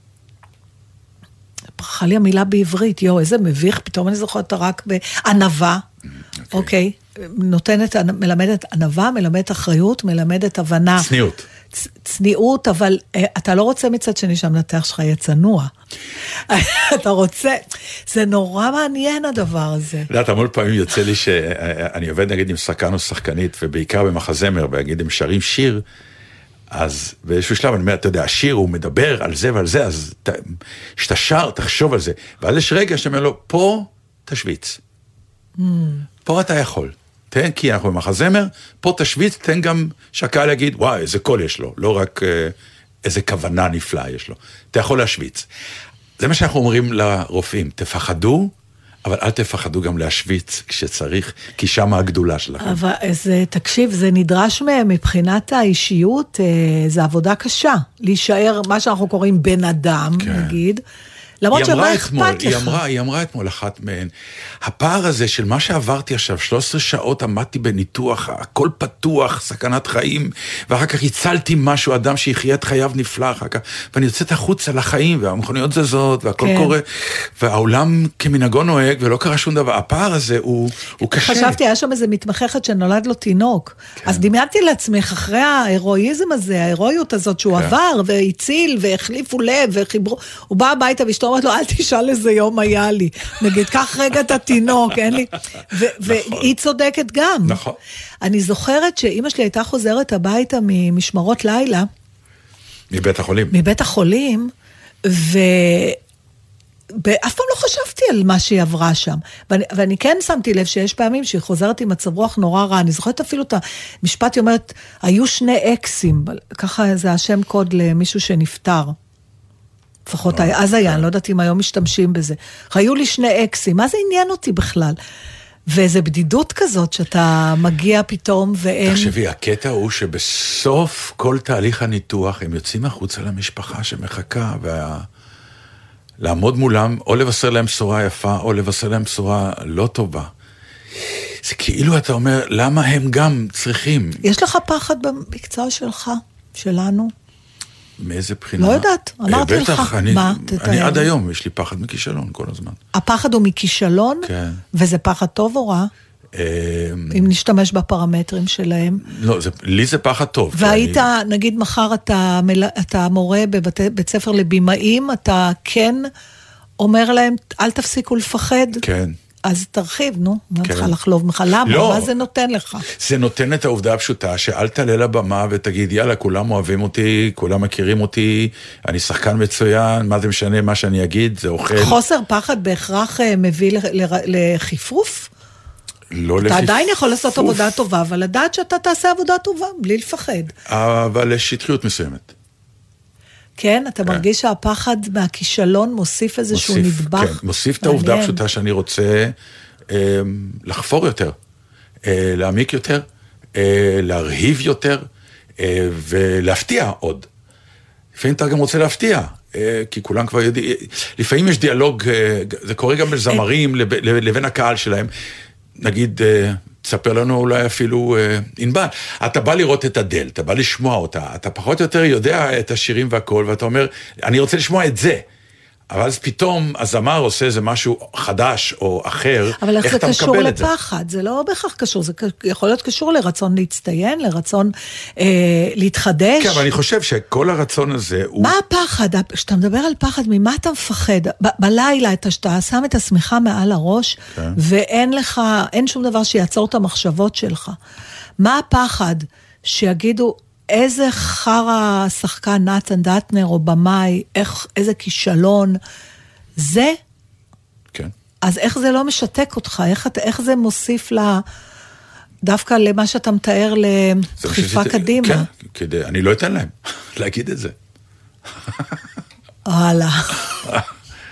פרחה לי המילה בעברית, יו, איזה מביך, פתאום אני זוכרת רק בענבה, אוקיי, נותנת, מלמדת ענבה, מלמדת אחריות, מלמדת הבנה. צניעות. צניעות, אבל אתה לא רוצה מצד שני שהמנתח שלך יהיה צנוע. אתה רוצה, זה נורא מעניין הדבר הזה. יודעת, המון פעמים יוצא לי שאני עובד נגיד עם שחקן או שחקנית, ובעיקר במחזמר, ויגיד, הם שרים שיר, אז באיזשהו שלב, אני אומר, אתה יודע, השיר הוא מדבר על זה ועל זה, אז שאתה שר, תחשוב על זה. ואז יש רגע שאתה אומר לו, פה תשוויץ. Mm. פה אתה יכול. תן, כי אנחנו במחזמר, פה תשוויץ, תן גם שהקהל יגיד, וואי, איזה קול יש לו, לא רק איזה כוונה נפלאה יש לו. אתה יכול להשוויץ. זה מה שאנחנו אומרים לרופאים, תפחדו, אבל אל תפחדו גם להשוויץ כשצריך, כי שם הגדולה שלכם. אבל זה, תקשיב, זה נדרש מהם מבחינת האישיות, זה עבודה קשה, להישאר מה שאנחנו קוראים בן אדם, כן. נגיד, למרות שמה אכפת לך. היא אמרה, היא אמרה אתמול אחת מהן, הפער הזה של מה שעברתי עכשיו, שלוש עשרה שעות עמדתי בניתוח, הכל פתוח, סכנת חיים, ואחר כך הצלתי משהו, אדם שיחיה את חייו נפלא אחר כך, ואני יוצאת החוצה לחיים, והמכוניות זזות, והכל כן. קורה, והעולם כמנהגו נוהג, ולא קרה שום דבר. הפער הזה הוא, הוא קשה. חשבתי, היה שם איזה מתמחכת שנולד לו תינוק, כן. אז דמיינתי לעצמך, אחרי ההירואיזם הזה, ההירואיות הזאת שהוא כן. עבר, והציל, והחליפו לב, וחיברו, הוא בא הביתה ואשתו אומרת לו, אל תשאל איזה יום היה לי. נגיד, קח רגע את התינוק, אין לי... והיא צודקת גם. נכון. אני זוכרת שאמא שלי הייתה חוזרת הביתה ממשמרות לילה. מבית החולים. מבית החולים, ו... אף פעם לא חשבתי על מה שהיא עברה שם. ואני, ואני כן שמתי לב שיש פעמים שהיא חוזרת עם מצב רוח נורא רע. אני זוכרת אפילו את המשפט, היא אומרת, היו שני אקסים, ככה זה השם קוד למישהו שנפטר. לפחות אז היה, אני לא יודעת אם היום משתמשים בזה. היו לי שני אקסים, מה זה עניין אותי בכלל? ואיזו בדידות כזאת שאתה מגיע פתאום ואין... תחשבי, הקטע הוא שבסוף כל תהליך הניתוח הם יוצאים החוצה למשפחה שמחכה, וה... לעמוד מולם, או לבשר להם בשורה יפה, או לבשר להם בשורה לא טובה. זה כאילו אתה אומר, למה הם גם צריכים? יש לך פחד במקצוע שלך, שלנו? מאיזה בחינה? לא יודעת, אמרתי לך. בטח, אני, מה, אני עד היום, יש לי פחד מכישלון כל הזמן. הפחד הוא מכישלון? כן. וזה פחד טוב או רע? אם נשתמש בפרמטרים שלהם. לא, זה, לי זה פחד טוב. והיית, אני... נגיד מחר אתה, אתה מורה בבית, בית ספר לבימאים, אתה כן אומר להם, אל תפסיקו לפחד. כן. אז תרחיב, נו, מה לך לחלוב לך, למה? לא, מה זה נותן לך? זה נותן את העובדה הפשוטה, שאל תעלה לבמה ותגיד, יאללה, כולם אוהבים אותי, כולם מכירים אותי, אני שחקן מצוין, מה זה משנה מה שאני אגיד, זה אוכל. חוסר פחד בהכרח מביא לחיפוף? לא אתה לחיפוף. עדיין יכול לעשות עבודה טובה, אבל לדעת שאתה תעשה עבודה טובה, בלי לפחד. אבל לשטחיות מסוימת. כן, אתה כן. מרגיש שהפחד מהכישלון מוסיף איזשהו מוסיף, נדבך. כן, מוסיף את העובדה הפשוטה שאני רוצה אה, לחפור יותר, אה, להעמיק יותר, אה, להרהיב יותר, אה, ולהפתיע עוד. לפעמים אתה גם רוצה להפתיע, אה, כי כולם כבר יודעים, לפעמים יש דיאלוג, אה, זה קורה גם לזמרים, לב, לבין הקהל שלהם, נגיד... אה, תספר לנו אולי אפילו אינבל. אתה בא לראות את אדל, אתה בא לשמוע אותה, אתה פחות או יותר יודע את השירים והכל, ואתה אומר, אני רוצה לשמוע את זה. אבל אז פתאום הזמר עושה איזה משהו חדש או אחר, אבל איך זה קשור לפחד? זה לא בהכרח קשור, זה יכול להיות קשור לרצון להצטיין, לרצון אה, להתחדש. כן, אבל אני חושב שכל הרצון הזה הוא... מה הפחד? כשאתה מדבר על פחד, ממה אתה מפחד? ב- בלילה אתה שאתה שם את השמיכה מעל הראש, כן. ואין לך, אין שום דבר שיעצור את המחשבות שלך. מה הפחד שיגידו... איזה חרה שחקן נתן דטנר או במאי, איך, איזה כישלון, זה, כן. אז איך זה לא משתק אותך, איך, איך זה מוסיף לה, דווקא למה שאתה מתאר לדחיפה קדימה. כן, כדי, אני לא אתן להם להגיד את זה. וואלה.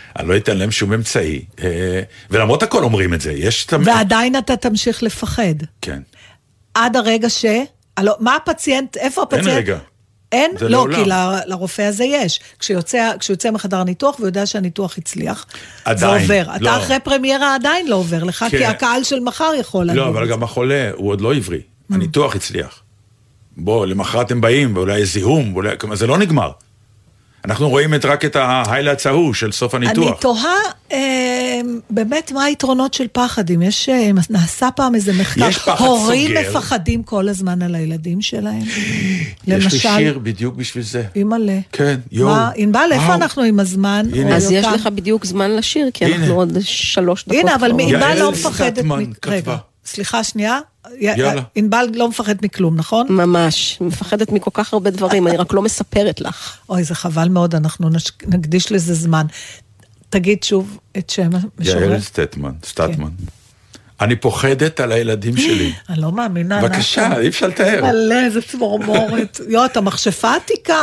אני לא אתן להם שום אמצעי, ולמרות הכל אומרים את זה, יש... ועדיין אתה תמשיך לפחד. כן. עד הרגע ש... מה הפציינט, איפה הפציינט? אין רגע. אין? לא, כי ל, לרופא הזה יש. כשיוצא, כשיוצא מחדר ניתוח, ויודע שהניתוח הצליח, עדיין, זה עובר. לא. אתה אחרי פרמיירה עדיין לא עובר לך, כן. כי הקהל של מחר יכול להגיד. לא, אבל גם החולה, הוא עוד לא עברי. Mm. הניתוח הצליח. בוא, למחרת הם באים, ואולי זיהום, ואולי... כלומר, זה לא נגמר. אנחנו רואים את רק את ההיילייטס ההוא של סוף הניתוח. אני תוהה, אה, באמת, מה היתרונות של פחד? אם יש, נעשה פעם איזה מחקר, יש פחד הורים סוגר. מפחדים כל הזמן על הילדים שלהם. יש לי שיר בדיוק בשביל זה. אימא'לה. כן, יואו. מה, אינבל, איפה אנחנו עם הזמן? אז יש לך בדיוק זמן לשיר, כי אנחנו עוד שלוש דקות. הנה, אבל אינבל לא יעל מפחדת. סטטמן רגע, כתבה. סליחה, שנייה. יאללה. אינבל לא מפחד מכלום, נכון? ממש, מפחדת מכל כך הרבה דברים, אני רק לא מספרת לך. אוי, זה חבל מאוד, אנחנו נקדיש לזה זמן. תגיד שוב את שם המשורר. יעל סטטמן, סטטמן. אני פוחדת על הילדים שלי. אני לא מאמינה. בבקשה, אי אפשר לתאר. מלא, איזה צמרמורת. יו, אתה מחשפה עתיקה.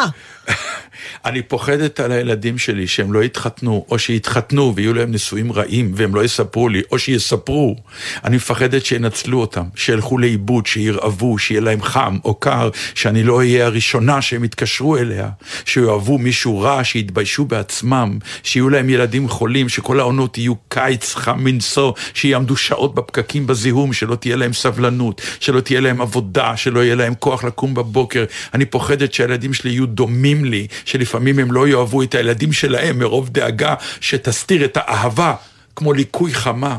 אני פוחדת על הילדים שלי שהם לא יתחתנו, או שיתחתנו ויהיו להם נישואים רעים, והם לא יספרו לי, או שיספרו. אני מפחדת שינצלו אותם, שילכו לאיבוד, שירעבו, שיהיה להם חם או קר, שאני לא אהיה הראשונה שהם יתקשרו אליה, שיאהבו מישהו רע, שיתביישו בעצמם, שיהיו להם ילדים חולים, שכל העונות יהיו קיץ חם מנסו, שיעמדו שעות בפקקים בזיהום, שלא תהיה להם סבלנות, שלא תהיה להם עבודה, שלא יהיה להם כוח לקום בבוקר. אני פוחדת שהילדים שלי יהיו דומים לי, שלפעמים הם לא יאהבו את הילדים שלהם מרוב דאגה שתסתיר את האהבה כמו ליקוי חמה.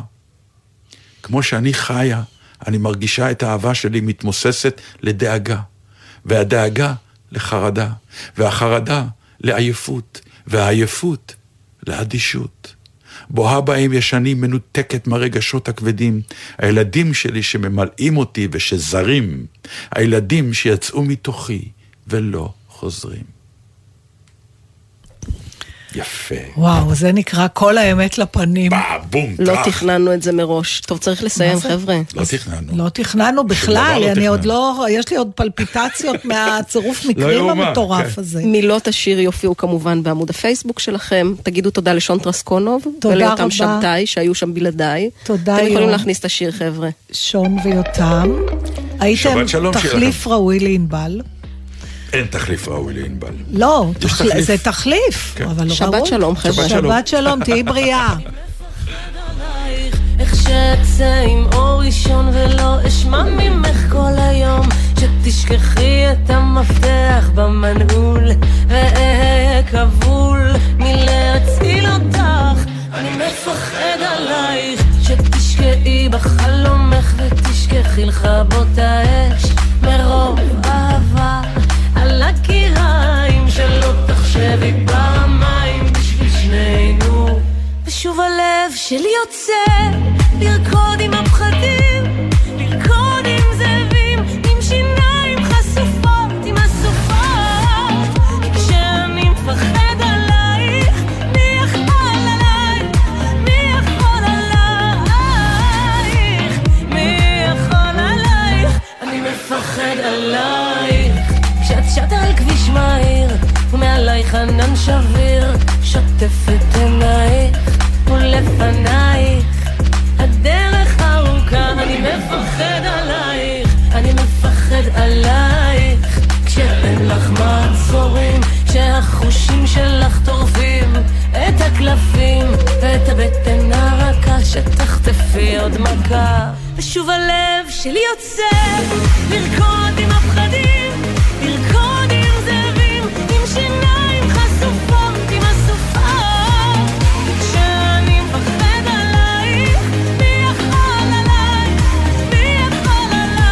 כמו שאני חיה, אני מרגישה את האהבה שלי מתמוססת לדאגה, והדאגה לחרדה, והחרדה לעייפות, והעייפות לאדישות. בוהה בהם ישני מנותקת מהרגשות הכבדים, הילדים שלי שממלאים אותי ושזרים, הילדים שיצאו מתוכי ולא חוזרים. יפה. וואו, זה נקרא כל האמת לפנים. בום, לא תכננו את זה מראש. טוב, צריך לסיים, חבר'ה. לא תכננו. לא תכננו בכלל, אני עוד לא, יש לי עוד פלפיטציות מהצירוף מקרים המטורף הזה. מילות השיר יופיעו כמובן בעמוד הפייסבוק שלכם. תגידו תודה לשון טרסקונוב. וליותם שבתאי, שהיו שם בלעדיי. תודה. אתם יכולים להכניס את השיר, חבר'ה. שון ויותם. הייתם תחליף ראוי לענבל. אין תחליף ראוי לענבל. לא, זה תחליף. שבת שלום, חבר'ה. שבת שלום, תהי בריאה. איך שאצא עם אור ראשון ולא אשמע ממך כל היום, שתשכחי את המפתח במנעול ואהיה כבול מלהציל אותך. אני מפחד עלייך שתשקעי בחלומך ותשכחי לכבות האש מרוב אהבה על הקיריים, שלא תחשבי פעמיים בשביל שנינו. ושוב הלב שלי יוצא לרקוד עם הפחדים, לרקוד עם זאבים, עם שיניים חשופות, עם הסופות. כשאני מפחד עלייך, מי יכול עלייך? מי יכול עלייך? מי יכול עלייך? אני מפחד עלייך. כשאת שטה על כביש מהיר ומעלייך ענן שביר, שוטף את עינייך ולפנייך הדרך ארוכה. אני מפחד עלייך, אני מפחד עלייך. כשאין לך מעצורים, שהחושים שלך טורפים את הקלפים ואת הבטן הרכה, שתחטפי עוד מכה. ושוב הלב שלי יוצא לרקוד עם הפחדים, לרקוד עם זאבים, עם שיניים חשופות, עם הסופות. כשאני מפחד עלייך, מי יכול עלייך? מי יכול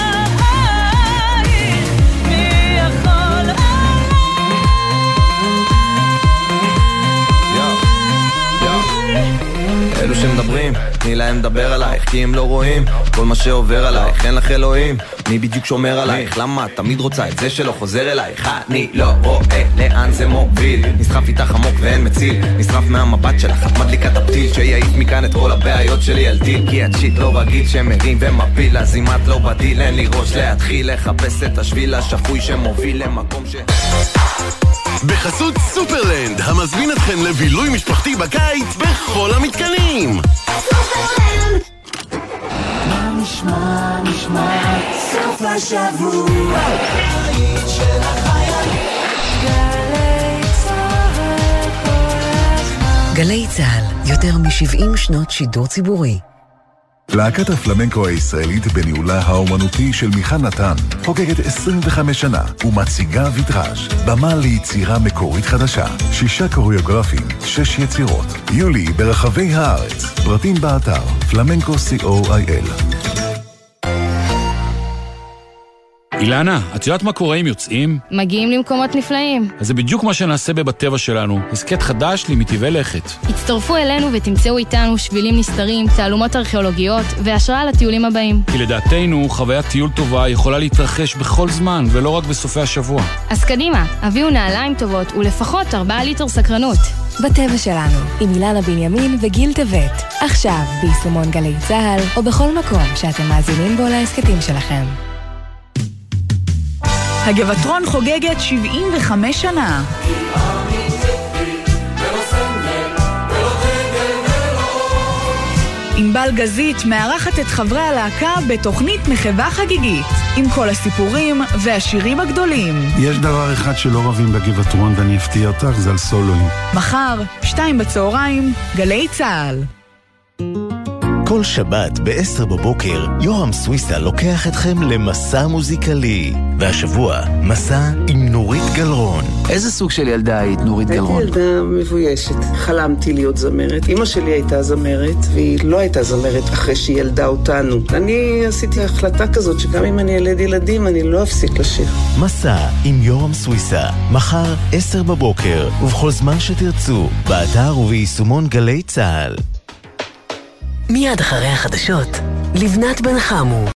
עלייך? מי יכול עלייך? אלו שמדברים תני להם לדבר עלייך, כי הם לא רואים כל מה שעובר עלייך, אין לך אלוהים, מי בדיוק שומר עלייך? למה תמיד רוצה את זה שלא חוזר אלייך? אני לא רואה לאן זה מוביל, נסחף איתך עמוק ואין מציל, נסחף מהמבט שלך, את מדליקה את הפתיל שיעיף מכאן את כל הבעיות שלי על טיל, כי את שיט לא רגיל שמרים ומפיל, אז אם את לא בדיל אין לי ראש להתחיל לחפש את השביל השפוי שמוביל למקום ש... בחסות סופרלנד, המזמין אתכם לבילוי משפחתי בקיץ בכל המתקנים. סופרלנד! מה נשמע, נשמע, סוף השבוע, היית של החיילים, גלי צהל כל הזמן. גלי צהל, יותר מ-שבעים שנות שידור ציבורי. להקת הפלמנקו הישראלית בניהולה האומנותי של מיכל נתן חוגגת עשרים וחמש שנה ומציגה ויטראז', במה ליצירה מקורית חדשה, שישה קוריאוגרפים, שש יצירות. יולי ברחבי הארץ, פרטים באתר פלמנקו סי או איי אל. אילנה, את יודעת מה קורה אם יוצאים? מגיעים למקומות נפלאים. אז זה בדיוק מה שנעשה בבטבע שלנו, הסקט חדש למטבעי לכת. הצטרפו אלינו ותמצאו איתנו שבילים נסתרים, תעלומות ארכיאולוגיות והשראה לטיולים הבאים. כי לדעתנו, חוויית טיול טובה יכולה להתרחש בכל זמן ולא רק בסופי השבוע. אז קדימה, הביאו נעליים טובות ולפחות ארבעה ליטר סקרנות. בטבע שלנו, עם אילנה בנימין וגיל טבת. עכשיו, ביישומון גלי צהל, או בכל מקום שאתם מאזינים בו להסקטים שלכם. הגבעתרון חוגגת שבעים וחמש שנה. ענבל גזית מארחת את חברי הלהקה בתוכנית מחווה חגיגית, עם כל הסיפורים והשירים הגדולים. יש דבר אחד שלא רבים בגבעתרון ואני אפתיע אותך, זה על סולואים. מחר, שתיים בצהריים, גלי צהל. כל שבת בעשר בבוקר, יורם סוויסה לוקח אתכם למסע מוזיקלי. והשבוע, מסע עם נורית גלרון. איזה סוג של ילדה היית, נורית גלרון? הייתי ילדה מבוישת. חלמתי להיות זמרת. אמא שלי הייתה זמרת, והיא לא הייתה זמרת אחרי שהיא ילדה אותנו. אני עשיתי החלטה כזאת שגם אם אני ילד ילדים, אני לא אפסיק לשיר. מסע עם יורם סוויסה, מחר עשר בבוקר, ובכל זמן שתרצו, באתר וביישומון גלי צהל. מיד אחרי החדשות, לבנת בן חמו.